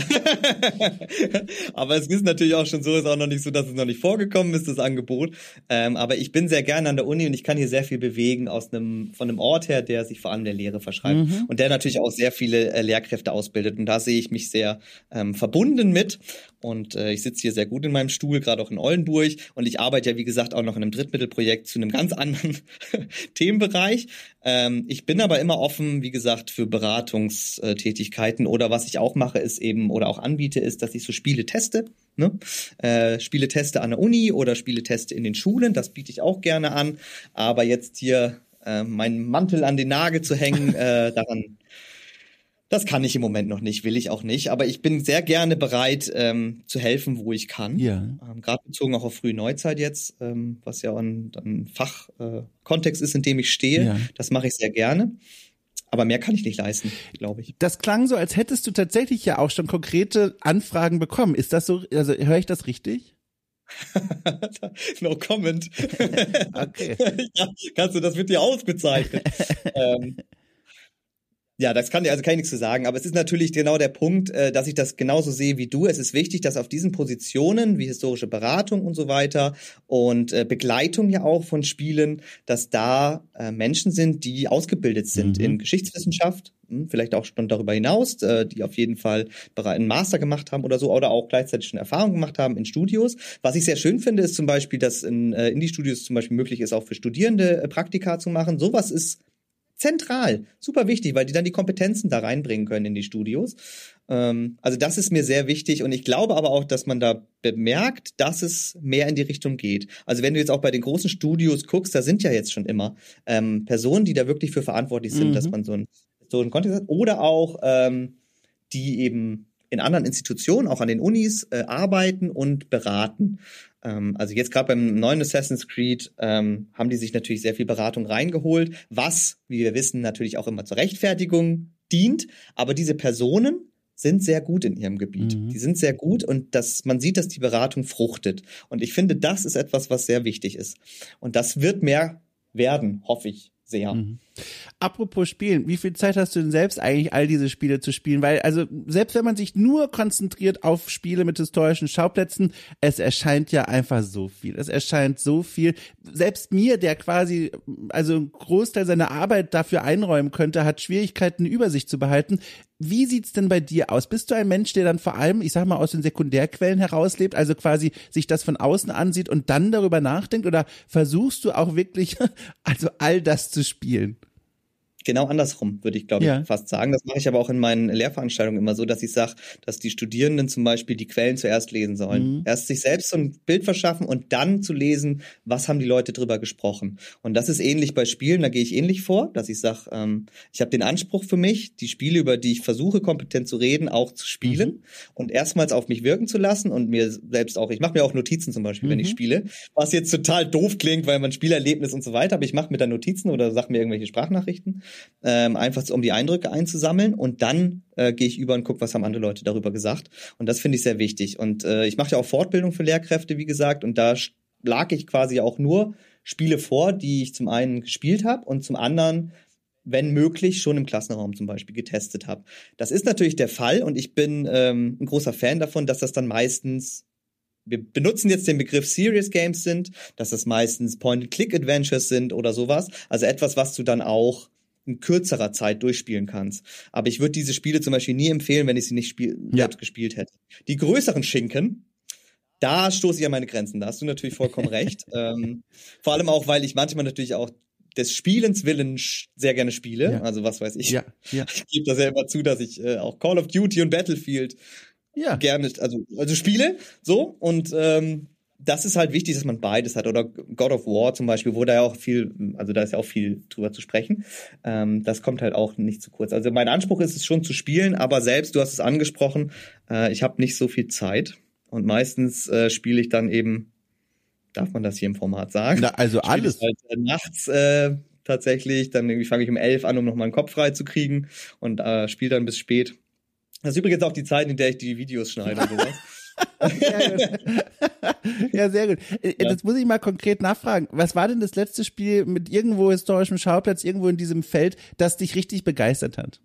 Aber es ist natürlich auch schon so, ist auch noch nicht so, dass es noch nicht vorgekommen ist, das Angebot. Ähm, aber ich bin sehr gerne an der Uni und ich kann hier sehr viel bewegen aus einem, von einem Ort her, der sich vor allem der Lehre verschreibt. Mhm. Und der natürlich auch sehr viele äh, Lehrkräfte ausbildet. Und da sehe ich mich sehr ähm, verbunden mit. Und äh, ich sitze hier sehr gut in meinem Stuhl, gerade auch in Oldenburg. Und ich arbeite ja, wie gesagt, auch noch in einem Drittmittelprojekt zu einem ganz anderen Themenbereich. Ähm, ich bin aber immer offen, wie gesagt, für Beratungstätigkeiten. Oder was ich auch mache, ist eben, oder auch anbiete, ist, dass ich so Spiele teste. Ne? Äh, Spiele teste an der Uni oder Spiele teste in den Schulen. Das biete ich auch gerne an. Aber jetzt hier äh, meinen Mantel an den Nagel zu hängen, äh, daran... Das kann ich im Moment noch nicht, will ich auch nicht. Aber ich bin sehr gerne bereit, ähm, zu helfen, wo ich kann.
Ja.
Ähm, Gerade bezogen auch auf frühe Neuzeit jetzt, ähm, was ja auch ein, ein Fachkontext äh, ist, in dem ich stehe. Ja. Das mache ich sehr gerne. Aber mehr kann ich nicht leisten, glaube ich.
Das klang so, als hättest du tatsächlich ja auch schon konkrete Anfragen bekommen. Ist das so, also höre ich das richtig?
No comment.
Okay.
Ja, kannst du, das wird dir ausbezeichnet. ähm, Ja, das kann also kann ich nichts zu sagen, aber es ist natürlich genau der Punkt, äh, dass ich das genauso sehe wie du. Es ist wichtig, dass auf diesen Positionen wie historische Beratung und so weiter und äh, Begleitung ja auch von Spielen, dass da äh, Menschen sind, die ausgebildet sind mhm. in Geschichtswissenschaft, hm, vielleicht auch schon darüber hinaus, äh, die auf jeden Fall bereits einen Master gemacht haben oder so oder auch gleichzeitig schon Erfahrung gemacht haben in Studios. Was ich sehr schön finde, ist zum Beispiel, dass in äh, Indie-Studios zum Beispiel möglich ist, auch für Studierende äh, Praktika zu machen. Sowas ist zentral, super wichtig, weil die dann die Kompetenzen da reinbringen können in die Studios. Ähm, also das ist mir sehr wichtig und ich glaube aber auch, dass man da bemerkt, dass es mehr in die Richtung geht. Also wenn du jetzt auch bei den großen Studios guckst, da sind ja jetzt schon immer ähm, Personen, die da wirklich für verantwortlich sind, mhm. dass man so einen, so einen Kontext hat. Oder auch ähm, die eben in anderen Institutionen, auch an den Unis, äh, arbeiten und beraten. Ähm, also jetzt gerade beim neuen Assassin's Creed ähm, haben die sich natürlich sehr viel Beratung reingeholt, was, wie wir wissen, natürlich auch immer zur Rechtfertigung dient. Aber diese Personen sind sehr gut in ihrem Gebiet. Mhm. Die sind sehr gut und das, man sieht, dass die Beratung fruchtet. Und ich finde, das ist etwas, was sehr wichtig ist. Und das wird mehr werden, hoffe ich sehr.
Mhm. Apropos Spielen, wie viel Zeit hast du denn selbst eigentlich, all diese Spiele zu spielen? Weil, also, selbst wenn man sich nur konzentriert auf Spiele mit historischen Schauplätzen, es erscheint ja einfach so viel. Es erscheint so viel. Selbst mir, der quasi, also einen Großteil seiner Arbeit dafür einräumen könnte, hat Schwierigkeiten, eine Übersicht zu behalten. Wie sieht's denn bei dir aus? Bist du ein Mensch, der dann vor allem, ich sag mal, aus den Sekundärquellen herauslebt, also quasi sich das von außen ansieht und dann darüber nachdenkt? Oder versuchst du auch wirklich, also all das zu spielen?
Genau andersrum, würde ich, glaube ich, ja. fast sagen. Das mache ich aber auch in meinen Lehrveranstaltungen immer so, dass ich sage, dass die Studierenden zum Beispiel die Quellen zuerst lesen sollen. Mhm. Erst sich selbst so ein Bild verschaffen und dann zu lesen, was haben die Leute drüber gesprochen. Und das ist ähnlich bei Spielen, da gehe ich ähnlich vor, dass ich sage, ähm, ich habe den Anspruch für mich, die Spiele, über die ich versuche, kompetent zu reden, auch zu spielen mhm. und erstmals auf mich wirken zu lassen und mir selbst auch, ich mache mir auch Notizen zum Beispiel, mhm. wenn ich spiele, was jetzt total doof klingt, weil man Spielerlebnis und so weiter, aber ich mache mir dann Notizen oder sage mir irgendwelche Sprachnachrichten. Ähm, einfach um die Eindrücke einzusammeln und dann äh, gehe ich über und gucke, was haben andere Leute darüber gesagt. Und das finde ich sehr wichtig. Und äh, ich mache ja auch Fortbildung für Lehrkräfte, wie gesagt, und da schlage ich quasi auch nur Spiele vor, die ich zum einen gespielt habe und zum anderen, wenn möglich, schon im Klassenraum zum Beispiel getestet habe. Das ist natürlich der Fall und ich bin ähm, ein großer Fan davon, dass das dann meistens, wir benutzen jetzt den Begriff Serious Games sind, dass das meistens Point-and-Click-Adventures sind oder sowas. Also etwas, was du dann auch in kürzerer Zeit durchspielen kannst. Aber ich würde diese Spiele zum Beispiel nie empfehlen, wenn ich sie nicht spiel- ja. selbst gespielt hätte. Die größeren Schinken, da stoße ich an meine Grenzen. Da hast du natürlich vollkommen recht. Ähm, vor allem auch, weil ich manchmal natürlich auch des Spielens willen sehr gerne spiele. Ja. Also was weiß ich. Ja. Ja. Ich gebe das ja immer zu, dass ich äh, auch Call of Duty und Battlefield ja. gerne, also, also spiele. So und ähm, das ist halt wichtig, dass man beides hat. Oder God of War zum Beispiel, wo da ja auch viel, also da ist ja auch viel drüber zu sprechen. Ähm, das kommt halt auch nicht zu kurz. Also mein Anspruch ist es schon zu spielen, aber selbst, du hast es angesprochen, äh, ich habe nicht so viel Zeit. Und meistens äh, spiele ich dann eben, darf man das hier im Format sagen?
Na, also alles.
Halt, äh, nachts äh, tatsächlich, dann irgendwie fange ich um elf an, um noch mal einen Kopf frei zu kriegen und äh, spiele dann bis spät. Das ist übrigens auch die Zeit, in der ich die Videos schneide und sowas.
Sehr gut. Ja, sehr gut. Ja. Jetzt muss ich mal konkret nachfragen. Was war denn das letzte Spiel mit irgendwo historischem Schauplatz, irgendwo in diesem Feld, das dich richtig begeistert hat?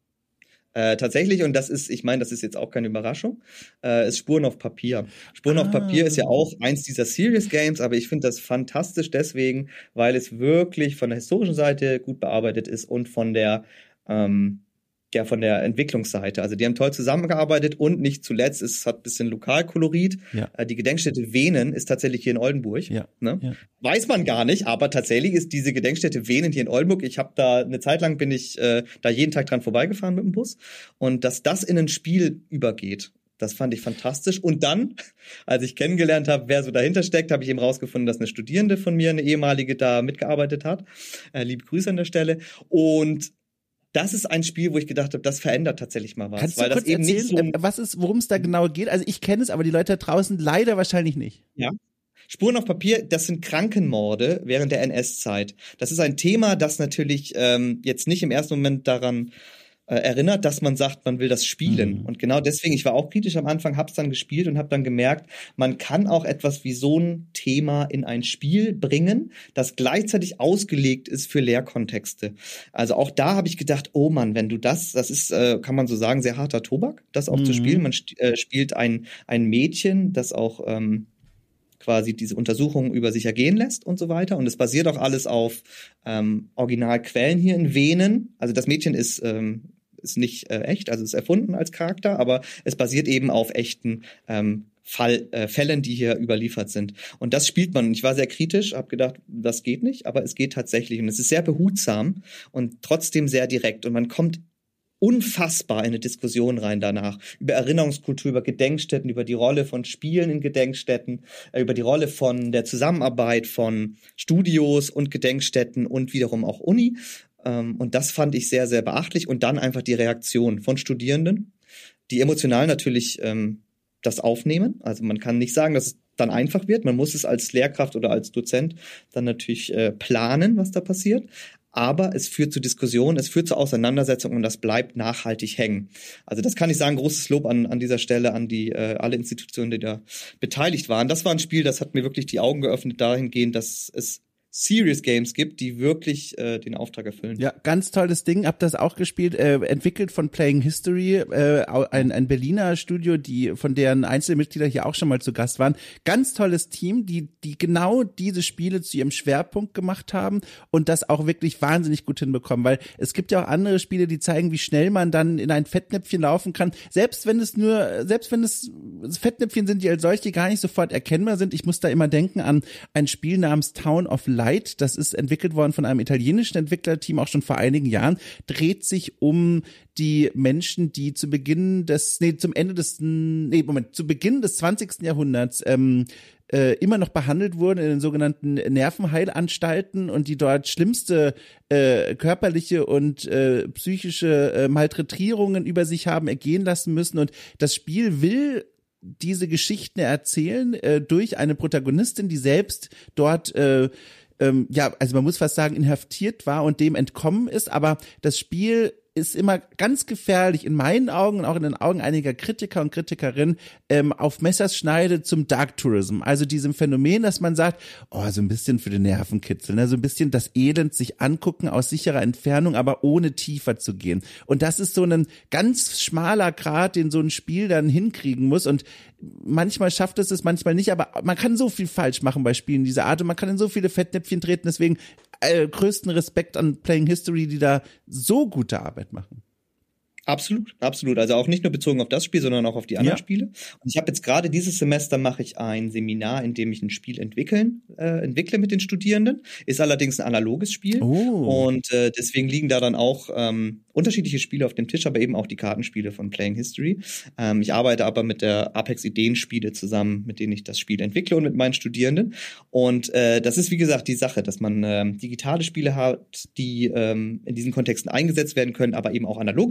Äh, tatsächlich, und das ist, ich meine, das ist jetzt auch keine Überraschung, äh, ist Spuren auf Papier. Spuren ah. auf Papier ist ja auch eins dieser Serious Games, aber ich finde das fantastisch deswegen, weil es wirklich von der historischen Seite gut bearbeitet ist und von der ähm, ja, von der Entwicklungsseite. Also die haben toll zusammengearbeitet und nicht zuletzt, es hat ein bisschen Lokalkolorit. Ja. Äh, die Gedenkstätte Venen ist tatsächlich hier in Oldenburg. Ja. Ne? Ja. Weiß man gar nicht, aber tatsächlich ist diese Gedenkstätte Venen hier in Oldenburg. Ich habe da, eine Zeit lang bin ich äh, da jeden Tag dran vorbeigefahren mit dem Bus. Und dass das in ein Spiel übergeht, das fand ich fantastisch. Und dann, als ich kennengelernt habe, wer so dahinter steckt, habe ich eben rausgefunden, dass eine Studierende von mir, eine ehemalige, da mitgearbeitet hat. Äh, liebe Grüße an der Stelle. Und das ist ein Spiel, wo ich gedacht habe, das verändert tatsächlich mal was.
Kannst
weil
du kurz
das eben
erzählen,
nicht so
was ist, worum es da genau geht? Also ich kenne es, aber die Leute da draußen leider wahrscheinlich nicht.
Ja. Spuren auf Papier, das sind Krankenmorde während der N S-Zeit. Das ist ein Thema, das natürlich ähm, jetzt nicht im ersten Moment daran äh, erinnert, dass man sagt, man will das spielen. Mhm. Und genau deswegen, ich war auch kritisch am Anfang, hab's dann gespielt und hab dann gemerkt, man kann auch etwas wie so ein Thema in ein Spiel bringen, das gleichzeitig ausgelegt ist für Lehrkontexte. Also auch da habe ich gedacht, oh Mann, wenn du das, das ist, äh, kann man so sagen, sehr harter Tobak, das auch mhm. zu spielen. Man st- äh, spielt ein, ein Mädchen, das auch ähm, quasi diese Untersuchungen über sich ergehen lässt und so weiter. Und es basiert auch alles auf ähm, Originalquellen hier in Venen. Also das Mädchen ist ähm, ist nicht äh, echt, also ist erfunden als Charakter, aber es basiert eben auf echten ähm, Fall, äh, Fällen, die hier überliefert sind. Und das spielt man. Und ich war sehr kritisch, habe gedacht, das geht nicht, aber es geht tatsächlich. Und es ist sehr behutsam und trotzdem sehr direkt. Und man kommt unfassbar in eine Diskussion rein danach. Über Erinnerungskultur, über Gedenkstätten, über die Rolle von Spielen in Gedenkstätten, äh, über die Rolle von der Zusammenarbeit von Studios und Gedenkstätten und wiederum auch Uni. Ähm, und das fand ich sehr, sehr beachtlich. Und dann einfach die Reaktion von Studierenden, die emotional natürlich ähm, das aufnehmen. Also man kann nicht sagen, dass es dann einfach wird. Man muss es als Lehrkraft oder als Dozent dann natürlich äh, planen, was da passiert. Aber es führt zu Diskussionen, es führt zur Auseinandersetzung und das bleibt nachhaltig hängen. Also das kann ich sagen, großes Lob an, an dieser Stelle an die äh, alle Institutionen, die da beteiligt waren. Das war ein Spiel, das hat mir wirklich die Augen geöffnet dahingehend, dass es Serious Games gibt, die wirklich äh, den Auftrag erfüllen.
Ja, ganz tolles Ding. Hab das auch gespielt, äh, entwickelt von Playing History, äh, ein, ein Berliner Studio, die von deren Einzelmitglieder hier auch schon mal zu Gast waren. Ganz tolles Team, die die genau diese Spiele zu ihrem Schwerpunkt gemacht haben und das auch wirklich wahnsinnig gut hinbekommen, weil es gibt ja auch andere Spiele, die zeigen, wie schnell man dann in ein Fettnäpfchen laufen kann, selbst wenn es nur, selbst wenn es Fettnäpfchen sind, die als solche gar nicht sofort erkennbar sind. Ich muss da immer denken an ein Spiel namens Town of Light. Das ist entwickelt worden von einem italienischen Entwicklerteam, auch schon vor einigen Jahren, dreht sich um die Menschen, die zu Beginn des, nee, zum Ende des, nee, Moment, zu Beginn des zwanzigsten Jahrhunderts ähm, äh, immer noch behandelt wurden in den sogenannten Nervenheilanstalten und die dort schlimmste äh, körperliche und äh, psychische äh, Malträtierungen über sich haben ergehen lassen müssen. Und das Spiel will diese Geschichten erzählen äh, durch eine Protagonistin, die selbst dort äh, ähm, ja, also man muss fast sagen, inhaftiert war und dem entkommen ist, aber das Spiel ist immer ganz gefährlich in meinen Augen und auch in den Augen einiger Kritiker und Kritikerinnen ähm, auf Messerschneide zum Dark Tourism, also diesem Phänomen, dass man sagt, oh, so ein bisschen für den Nervenkitzel, ne? So ein bisschen das Elend sich angucken aus sicherer Entfernung, aber ohne tiefer zu gehen. Und das ist so ein ganz schmaler Grat, den so ein Spiel dann hinkriegen muss und manchmal schafft es es, manchmal nicht, aber man kann so viel falsch machen bei Spielen dieser Art und man kann in so viele Fettnäpfchen treten, deswegen äh, größten Respekt an Playing History, die da so gute Arbeit machen.
Absolut, absolut. Also auch nicht nur bezogen auf das Spiel, sondern auch auf die anderen ja. Spiele. Und ich habe jetzt gerade dieses Semester mache ich ein Seminar, in dem ich ein Spiel entwickeln, äh, entwickle mit den Studierenden. Ist allerdings ein analoges Spiel. Oh. Und äh, deswegen liegen da dann auch ähm, unterschiedliche Spiele auf dem Tisch, aber eben auch die Kartenspiele von Playing History. Ähm, ich arbeite aber mit der Apex Ideenspiele zusammen, mit denen ich das Spiel entwickle und mit meinen Studierenden. Und äh, das ist, wie gesagt, die Sache, dass man ähm, digitale Spiele hat, die ähm, in diesen Kontexten eingesetzt werden können, aber eben auch analoge Spiele.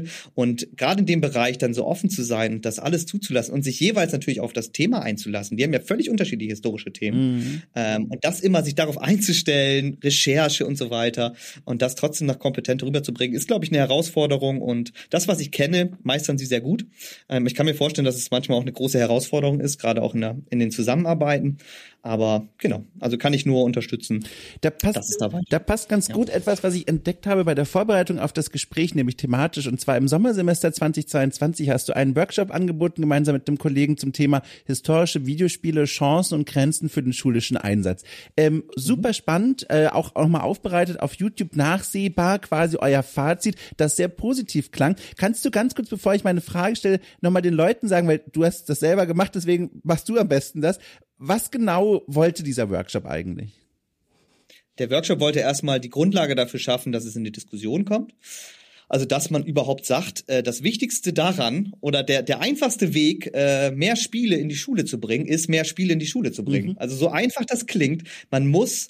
Und gerade in dem Bereich dann so offen zu sein und das alles zuzulassen und sich jeweils natürlich auf das Thema einzulassen. Die haben ja völlig unterschiedliche historische Themen. Mhm. Ähm, und das immer sich darauf einzustellen, Recherche und so weiter und das trotzdem noch kompetent rüberzubringen, ist, glaube ich, eine Herausforderung. Und das, was ich kenne, meistern sie sehr gut. Ähm, ich kann mir vorstellen, dass es manchmal auch eine große Herausforderung ist, gerade auch in, der, in den Zusammenarbeiten. Aber genau, also kann ich nur unterstützen.
Da passt, da, da passt ganz ja. gut etwas, was ich entdeckt habe bei der Vorbereitung auf das Gespräch, nämlich thematisch. Und zwar im Sommersemester zweitausendzweiundzwanzig hast du einen Workshop angeboten, gemeinsam mit einem Kollegen zum Thema historische Videospiele, Chancen und Grenzen für den schulischen Einsatz. Ähm, super mhm. spannend, äh, auch, auch mal aufbereitet, auf YouTube nachsehbar, quasi euer Fazit, das sehr positiv klang. Kannst du ganz kurz, bevor ich meine Frage stelle, nochmal den Leuten sagen, weil du hast das selber gemacht, deswegen machst du am besten das. Was genau wollte dieser Workshop eigentlich?
Der Workshop wollte erstmal die Grundlage dafür schaffen, dass es in die Diskussion kommt. Also, dass man überhaupt sagt, äh, das Wichtigste daran oder der der einfachste Weg, äh, mehr Spiele in die Schule zu bringen, ist, mehr Spiele in die Schule zu bringen. Mhm. Also, so einfach das klingt, man muss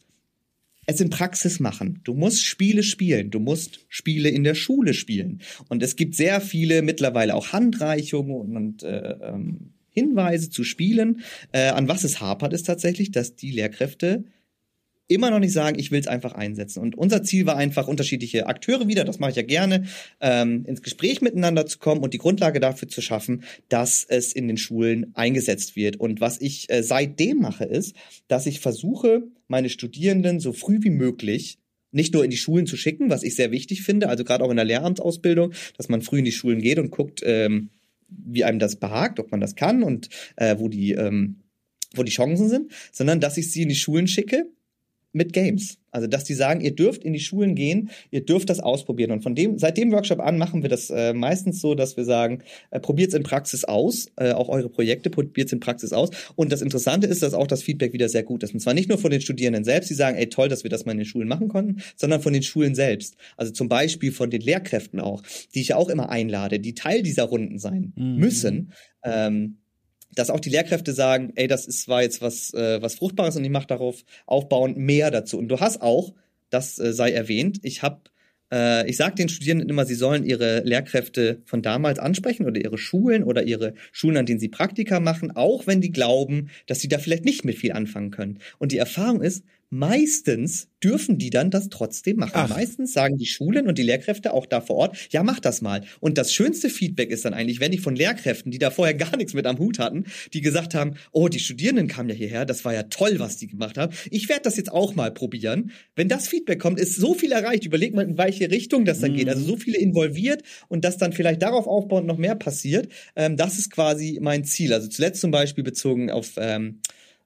es in Praxis machen. Du musst Spiele spielen. Du musst Spiele in der Schule spielen. Und es gibt sehr viele mittlerweile auch Handreichungen und, und äh, ähm, Hinweise zu Spielen. Äh, an was es hapert, ist tatsächlich, dass die Lehrkräfte immer noch nicht sagen, ich will es einfach einsetzen. Und unser Ziel war einfach, unterschiedliche Akteure wieder, das mache ich ja gerne, ähm, ins Gespräch miteinander zu kommen und die Grundlage dafür zu schaffen, dass es in den Schulen eingesetzt wird. Und was ich äh, seitdem mache, ist, dass ich versuche, meine Studierenden so früh wie möglich nicht nur in die Schulen zu schicken, was ich sehr wichtig finde, also gerade auch in der Lehramtsausbildung, dass man früh in die Schulen geht und guckt, ähm, wie einem das behagt, ob man das kann und äh, wo die ähm, wo die Chancen sind, sondern dass ich sie in die Schulen schicke mit Games. Also, dass die sagen, ihr dürft in die Schulen gehen, ihr dürft das ausprobieren. Und von dem, seit dem Workshop an machen wir das äh, meistens so, dass wir sagen, äh, probiert's in Praxis aus, äh, auch eure Projekte, probiert's in Praxis aus. Und das Interessante ist, dass auch das Feedback wieder sehr gut ist. Und zwar nicht nur von den Studierenden selbst, die sagen, ey, toll, dass wir das mal in den Schulen machen konnten, sondern von den Schulen selbst. Also zum Beispiel von den Lehrkräften auch, die ich ja auch immer einlade, die Teil dieser Runden sein mhm. müssen, ähm, dass auch die Lehrkräfte sagen, ey, das ist war jetzt was äh, was Fruchtbares und ich mache darauf aufbauend mehr dazu. Und du hast auch, das äh, sei erwähnt, ich habe, äh, ich sage den Studierenden immer, sie sollen ihre Lehrkräfte von damals ansprechen oder ihre Schulen oder ihre Schulen, an denen sie Praktika machen, auch wenn die glauben, dass sie da vielleicht nicht mit viel anfangen können. Und die Erfahrung ist, meistens dürfen die dann das trotzdem machen. Ach. Meistens sagen die Schulen und die Lehrkräfte auch da vor Ort, ja, mach das mal. Und das schönste Feedback ist dann eigentlich, wenn ich von Lehrkräften, die da vorher gar nichts mit am Hut hatten, die gesagt haben, oh, die Studierenden kamen ja hierher, das war ja toll, was die gemacht haben. Ich werde das jetzt auch mal probieren. Wenn das Feedback kommt, ist so viel erreicht. Überleg mal, in welche Richtung das dann mhm. geht. Also so viele involviert und dass dann vielleicht darauf aufbauend noch mehr passiert. Ähm, das ist quasi mein Ziel. Also zuletzt zum Beispiel bezogen auf ähm,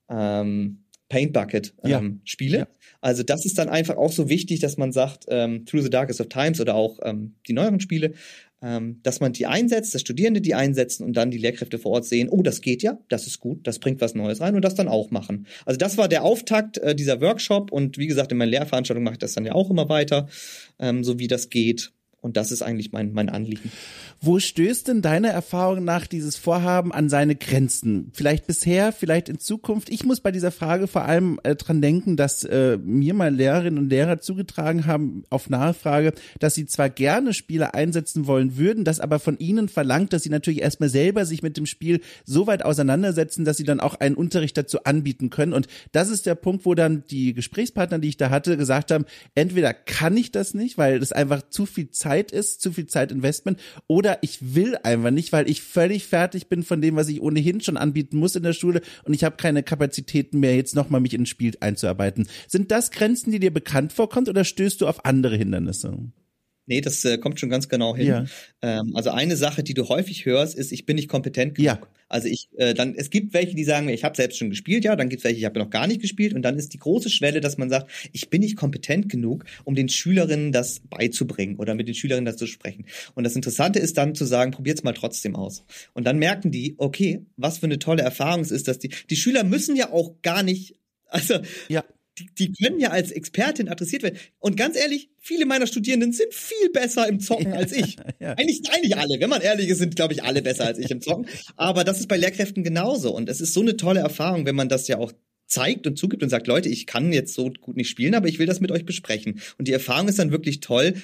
ähm, Paint Bucket ähm, ja. Spiele. Ja. Also das ist dann einfach auch so wichtig, dass man sagt, ähm, Through the Darkest of Times oder auch ähm, die neueren Spiele, ähm, dass man die einsetzt, dass Studierende die einsetzen und dann die Lehrkräfte vor Ort sehen, oh, das geht ja, das ist gut, das bringt was Neues rein und das dann auch machen. Also das war der Auftakt äh, dieser Workshop und wie gesagt, in meinen Lehrveranstaltungen mache ich das dann ja auch immer weiter, ähm, so wie das geht. Und das ist eigentlich mein, mein Anliegen.
Wo stößt denn deiner Erfahrung nach dieses Vorhaben an seine Grenzen? Vielleicht bisher, vielleicht in Zukunft? Ich muss bei dieser Frage vor allem äh, dran denken, dass äh, mir mal Lehrerinnen und Lehrer zugetragen haben, auf Nachfrage, dass sie zwar gerne Spiele einsetzen wollen würden, das aber von ihnen verlangt, dass sie natürlich erstmal selber sich mit dem Spiel so weit auseinandersetzen, dass sie dann auch einen Unterricht dazu anbieten können. Und das ist der Punkt, wo dann die Gesprächspartner, die ich da hatte, gesagt haben, entweder kann ich das nicht, weil es einfach zu viel Zeit ist, zu viel Zeitinvestment, oder ich will einfach nicht, weil ich völlig fertig bin von dem, was ich ohnehin schon anbieten muss in der Schule und ich habe keine Kapazitäten mehr, jetzt nochmal mich ins Spiel einzuarbeiten. Sind das Grenzen, die dir bekannt vorkommt, oder stößt du auf andere Hindernisse?
Nee, das äh, kommt schon ganz genau hin. Ja. Ähm, also eine Sache, die du häufig hörst, ist, ich bin nicht kompetent genug. Ja. Also ich, äh, dann, es gibt welche, die sagen, ich habe selbst schon gespielt, ja, dann gibt es welche, ich habe noch gar nicht gespielt und dann ist die große Schwelle, dass man sagt, ich bin nicht kompetent genug, um den Schülerinnen das beizubringen oder mit den Schülerinnen das zu sprechen. Und das Interessante ist dann zu sagen, probiert's mal trotzdem aus. Und dann merken die, okay, was für eine tolle Erfahrung es ist, dass die, die Schüler müssen ja auch gar nicht, also ja. Die, die können ja als Expertin adressiert werden. Und ganz ehrlich, viele meiner Studierenden sind viel besser im Zocken als ich. Ja. Eigentlich, eigentlich alle. Wenn man ehrlich ist, sind, glaube ich, alle besser als ich im Zocken. Aber das ist bei Lehrkräften genauso. Und es ist so eine tolle Erfahrung, wenn man das ja auch zeigt und zugibt und sagt, Leute, ich kann jetzt so gut nicht spielen, aber ich will das mit euch besprechen. Und die Erfahrung ist dann wirklich toll,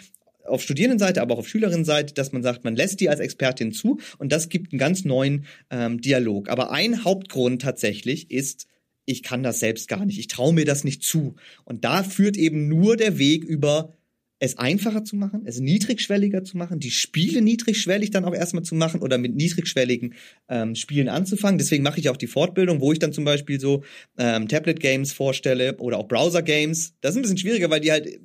auf Studierendenseite, aber auch auf Schülerinnenseite, dass man sagt, man lässt die als Expertin zu und das gibt einen ganz neuen ähm, Dialog. Aber ein Hauptgrund tatsächlich ist, ich kann das selbst gar nicht, ich traue mir das nicht zu. Und da führt eben nur der Weg über es einfacher zu machen, es niedrigschwelliger zu machen, die Spiele niedrigschwellig dann auch erstmal zu machen oder mit niedrigschwelligen ähm, Spielen anzufangen. Deswegen mache ich auch die Fortbildung, wo ich dann zum Beispiel so ähm, Tablet-Games vorstelle oder auch Browser-Games. Das ist ein bisschen schwieriger, weil die halt,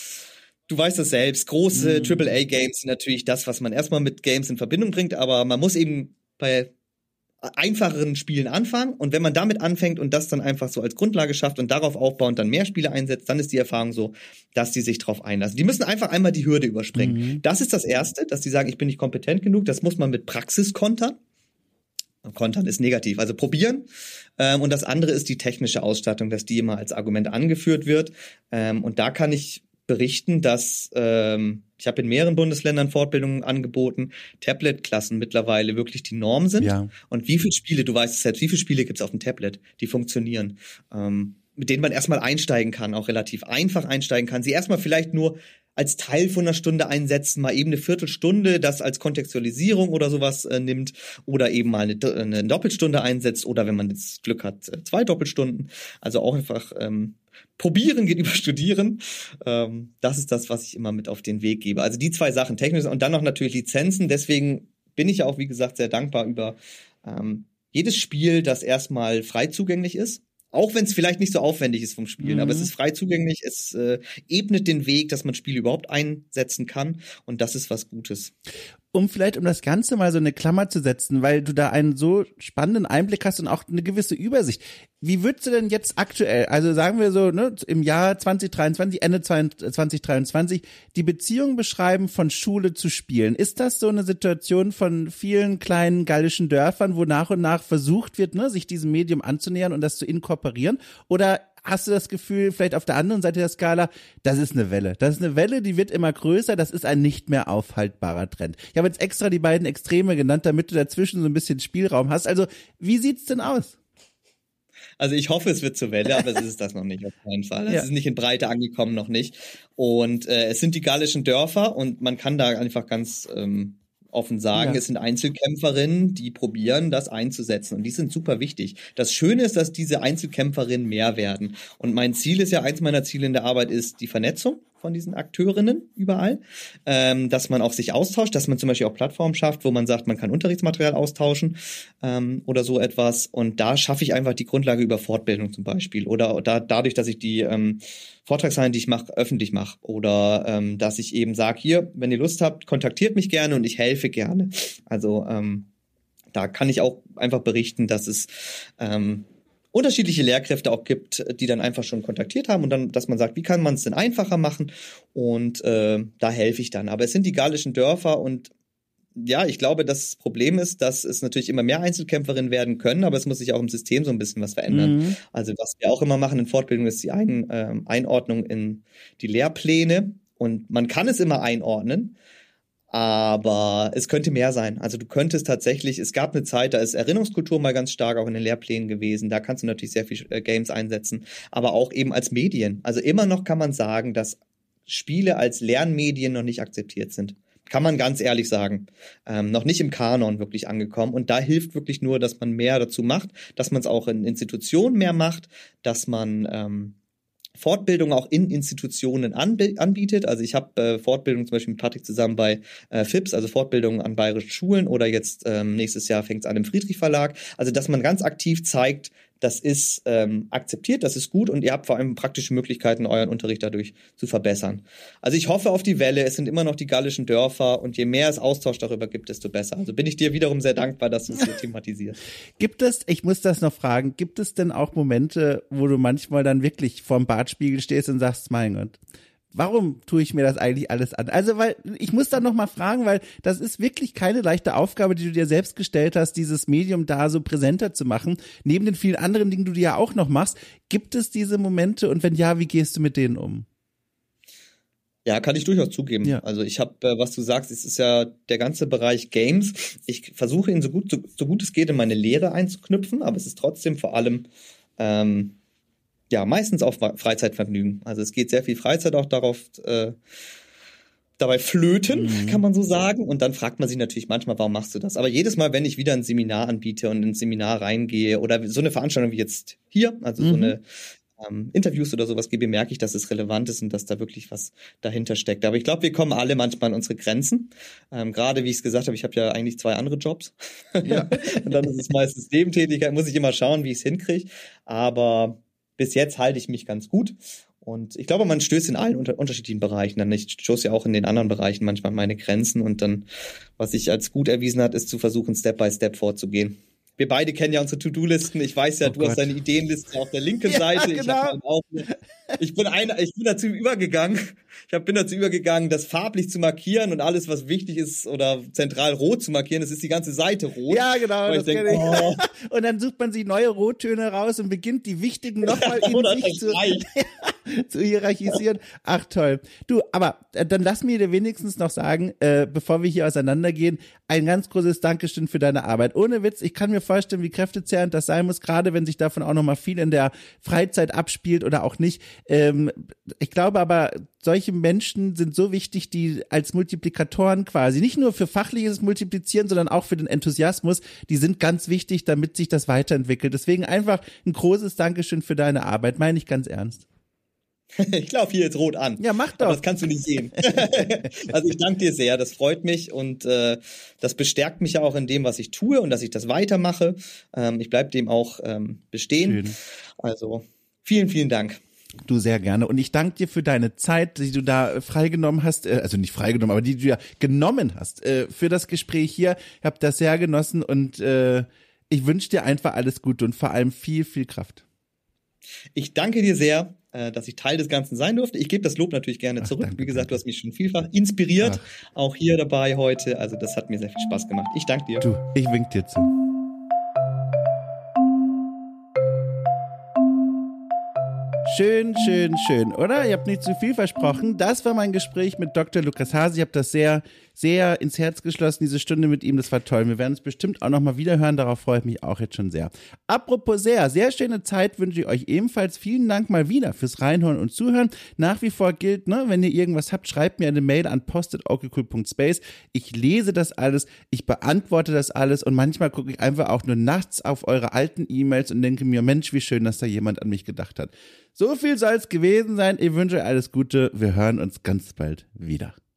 du weißt das selbst, große mm. Triple A Games sind natürlich das, was man erstmal mit Games in Verbindung bringt, aber man muss eben bei einfacheren Spielen anfangen und wenn man damit anfängt und das dann einfach so als Grundlage schafft und darauf aufbauend dann mehr Spiele einsetzt, dann ist die Erfahrung so, dass die sich drauf einlassen. Die müssen einfach einmal die Hürde überspringen. Mhm. Das ist das Erste, dass die sagen, ich bin nicht kompetent genug. Das muss man mit Praxis kontern. Kontern ist negativ, also probieren. Ähm, und das andere ist die technische Ausstattung, dass die immer als Argument angeführt wird. Ähm, und da kann ich berichten, dass ähm, ich habe in mehreren Bundesländern Fortbildungen angeboten, Tablet-Klassen mittlerweile wirklich die Norm sind. Ja. Und wie viele Spiele, du weißt es selbst, wie viele Spiele gibt es auf dem Tablet, die funktionieren, ähm, mit denen man erstmal einsteigen kann, auch relativ einfach einsteigen kann, sie erstmal vielleicht nur als Teil von einer Stunde einsetzen, mal eben eine Viertelstunde, das als Kontextualisierung oder sowas äh, nimmt oder eben mal eine, eine Doppelstunde einsetzt oder wenn man das Glück hat, zwei Doppelstunden. Also auch einfach ähm, probieren geht über studieren. Ähm, das ist das, was ich immer mit auf den Weg gebe. Also die zwei Sachen, technisch und dann noch natürlich Lizenzen. Deswegen bin ich ja auch, wie gesagt, sehr dankbar über ähm, jedes Spiel, das erstmal frei zugänglich ist. Auch wenn es vielleicht nicht so aufwendig ist vom Spielen, mhm. aber es ist frei zugänglich, es äh, ebnet den Weg, dass man Spiele überhaupt einsetzen kann und das ist was Gutes.
Um vielleicht, um das Ganze mal so eine Klammer zu setzen, weil du da einen so spannenden Einblick hast und auch eine gewisse Übersicht. Wie würdest du denn jetzt aktuell, also sagen wir so, ne, im Jahr zwanzig dreiundzwanzig, Ende zwanzig dreiundzwanzig, die Beziehung beschreiben von Schule zu Spielen? Ist das so eine Situation von vielen kleinen gallischen Dörfern, wo nach und nach versucht wird, ne, sich diesem Medium anzunähern und das zu inkorporieren? Oder hast du das Gefühl, vielleicht auf der anderen Seite der Skala, das ist eine Welle. Das ist eine Welle, die wird immer größer, das ist ein nicht mehr aufhaltbarer Trend. Ich habe jetzt extra die beiden Extreme genannt, damit du dazwischen so ein bisschen Spielraum hast. Also, wie sieht's denn aus?
Also ich hoffe, es wird zur Welle, aber es ist das noch nicht, auf keinen Fall. Es ja. ist nicht in Breite angekommen, noch nicht. Und äh, es sind die gallischen Dörfer und man kann da einfach ganz ähm, offen sagen, ja. es sind Einzelkämpferinnen, die probieren, das einzusetzen. Und die sind super wichtig. Das Schöne ist, dass diese Einzelkämpferinnen mehr werden. Und mein Ziel ist ja, eins meiner Ziele in der Arbeit ist die Vernetzung von diesen Akteurinnen überall, ähm, dass man auch sich austauscht, dass man zum Beispiel auch Plattformen schafft, wo man sagt, man kann Unterrichtsmaterial austauschen ähm, oder so etwas. Und da schaffe ich einfach die Grundlage über Fortbildung zum Beispiel oder da, dadurch, dass ich die ähm, Vortragsreihen, die ich mache, öffentlich mache oder ähm, dass ich eben sage, hier, wenn ihr Lust habt, kontaktiert mich gerne und ich helfe gerne. Also ähm, da kann ich auch einfach berichten, dass es ähm, unterschiedliche Lehrkräfte auch gibt, die dann einfach schon kontaktiert haben und dann, dass man sagt, wie kann man es denn einfacher machen und äh, da helfe ich dann. Aber es sind die gallischen Dörfer und ja, ich glaube, das Problem ist, dass es natürlich immer mehr Einzelkämpferinnen werden können, aber es muss sich auch im System so ein bisschen was verändern. Mhm. Also was wir auch immer machen in Fortbildung ist die Ein, äh, Einordnung in die Lehrpläne und man kann es immer einordnen, aber es könnte mehr sein. Also du könntest tatsächlich, es gab eine Zeit, da ist Erinnerungskultur mal ganz stark auch in den Lehrplänen gewesen. Da kannst du natürlich sehr viel äh, Games einsetzen, aber auch eben als Medien. Also immer noch kann man sagen, dass Spiele als Lernmedien noch nicht akzeptiert sind. Kann man ganz ehrlich sagen. Ähm, noch nicht im Kanon wirklich angekommen. Und da hilft wirklich nur, dass man mehr dazu macht, dass man es auch in Institutionen mehr macht, dass man ähm, Fortbildung auch in Institutionen anb- anbietet. Also ich habe äh, Fortbildung zum Beispiel mit Patrick zusammen bei äh, F I P S, also Fortbildung an bayerischen Schulen oder jetzt ähm, nächstes Jahr fängt es an im Friedrich Verlag. Also dass man ganz aktiv zeigt, das ist ähm, akzeptiert, das ist gut und ihr habt vor allem praktische Möglichkeiten, euren Unterricht dadurch zu verbessern. Also ich hoffe auf die Welle, es sind immer noch die gallischen Dörfer und je mehr es Austausch darüber gibt, desto besser. Also bin ich dir wiederum sehr dankbar, dass du es hier thematisierst.
Gibt es, ich muss das noch fragen, gibt es denn auch Momente, wo du manchmal dann wirklich vorm Badspiegel stehst und sagst, mein Gott, warum tue ich mir das eigentlich alles an? Also, weil ich muss da noch mal fragen, weil das ist wirklich keine leichte Aufgabe, die du dir selbst gestellt hast, dieses Medium da so präsenter zu machen. Neben den vielen anderen Dingen, die du ja auch noch machst, gibt es diese Momente und wenn ja, wie gehst du mit denen um?
Ja, kann ich durchaus zugeben. Ja. Also ich habe, äh, was du sagst, es ist ja der ganze Bereich Games. Ich versuche ihn so gut, so, so gut es geht in meine Lehre einzuknüpfen, aber es ist trotzdem vor allem ähm, ja, meistens auf Freizeitvergnügen. Also es geht sehr viel Freizeit auch darauf, äh, dabei flöten, mhm. kann man so sagen. Und dann fragt man sich natürlich manchmal, warum machst du das? Aber jedes Mal, wenn ich wieder ein Seminar anbiete und in ein Seminar reingehe oder so eine Veranstaltung wie jetzt hier, also mhm. so eine ähm, Interviews oder sowas gebe, merke ich, dass es relevant ist und dass da wirklich was dahinter steckt. Aber ich glaube, wir kommen alle manchmal an unsere Grenzen. Ähm, Gerade, wie ich es gesagt habe, ich habe ja eigentlich zwei andere Jobs. Ja. Und dann ist es meistens Nebentätigkeit, muss ich immer schauen, wie ich es hinkriege. Aber bis jetzt halte ich mich ganz gut. Und ich glaube, man stößt in allen unter- unterschiedlichen Bereichen dann nicht. Ich stoße ja auch in den anderen Bereichen manchmal meine Grenzen. Und dann, was sich als gut erwiesen hat, ist zu versuchen, Step by Step vorzugehen. Wir beide kennen ja unsere To-Do-Listen. Ich weiß ja, oh du Gott. hast deine Ideenliste auf der linken ja, Seite.
Genau.
Ich, hab auch eine, ich bin einer, ich bin dazu übergegangen. Ich hab, bin dazu übergegangen, das farblich zu markieren und alles, was wichtig ist oder zentral rot zu markieren. Das ist die ganze Seite rot.
Ja, genau. Das
denk,
ich.
Oh.
Und dann sucht man sich neue Rottöne raus und beginnt die wichtigen nochmal in sich zu, zu hierarchisieren. Ach toll. Du, aber äh, dann lass mir dir wenigstens noch sagen, äh, bevor wir hier auseinandergehen, ein ganz großes Dankeschön für deine Arbeit. Ohne Witz, ich kann mir vorstellen, wie kräftezehrend das sein muss, gerade wenn sich davon auch nochmal viel in der Freizeit abspielt oder auch nicht. Ähm, ich glaube aber, solche Menschen sind so wichtig, die als Multiplikatoren quasi, nicht nur für fachliches Multiplizieren, sondern auch für den Enthusiasmus, die sind ganz wichtig, damit sich das weiterentwickelt. Deswegen einfach ein großes Dankeschön für deine Arbeit, meine ich ganz ernst.
Ich laufe hier jetzt rot an.
Ja, mach doch.
Aber das kannst du nicht sehen. Also ich danke dir sehr, das freut mich und äh, das bestärkt mich ja auch in dem, was ich tue und dass ich das weitermache. Ähm, ich bleibe dem auch ähm, bestehen. Schön. Also vielen, vielen Dank.
Du, sehr gerne. Und ich danke dir für deine Zeit, die du da freigenommen hast, äh, also nicht freigenommen, aber die du ja genommen hast äh, für das Gespräch hier. Ich habe das sehr genossen und äh, ich wünsche dir einfach alles Gute und vor allem viel, viel Kraft.
Ich danke dir sehr, dass ich Teil des Ganzen sein durfte. Ich gebe das Lob natürlich gerne zurück. Ach, danke, Wie gesagt, danke. Du hast mich schon vielfach inspiriert, Ach. auch hier dabei heute. Also das hat mir sehr viel Spaß gemacht. Ich danke dir.
Du, ich wink dir zu. Schön, schön, schön, oder? Ihr habt nicht zu viel versprochen. Das war mein Gespräch mit Doktor Lukas Hase. Ich habe das sehr, sehr ins Herz geschlossen, diese Stunde mit ihm. Das war toll. Wir werden es bestimmt auch nochmal wieder hören. Darauf freue ich mich auch jetzt schon sehr. Apropos sehr, sehr schöne Zeit wünsche ich euch ebenfalls. Vielen Dank mal wieder fürs Reinhören und Zuhören. Nach wie vor gilt, ne, wenn ihr irgendwas habt, schreibt mir eine Mail an post at okcool punkt space. Ich lese das alles, ich beantworte das alles und manchmal gucke ich einfach auch nur nachts auf eure alten E-Mails und denke mir, Mensch, wie schön, dass da jemand an mich gedacht hat. So viel soll es gewesen sein. Ich wünsche euch alles Gute. Wir hören uns ganz bald wieder.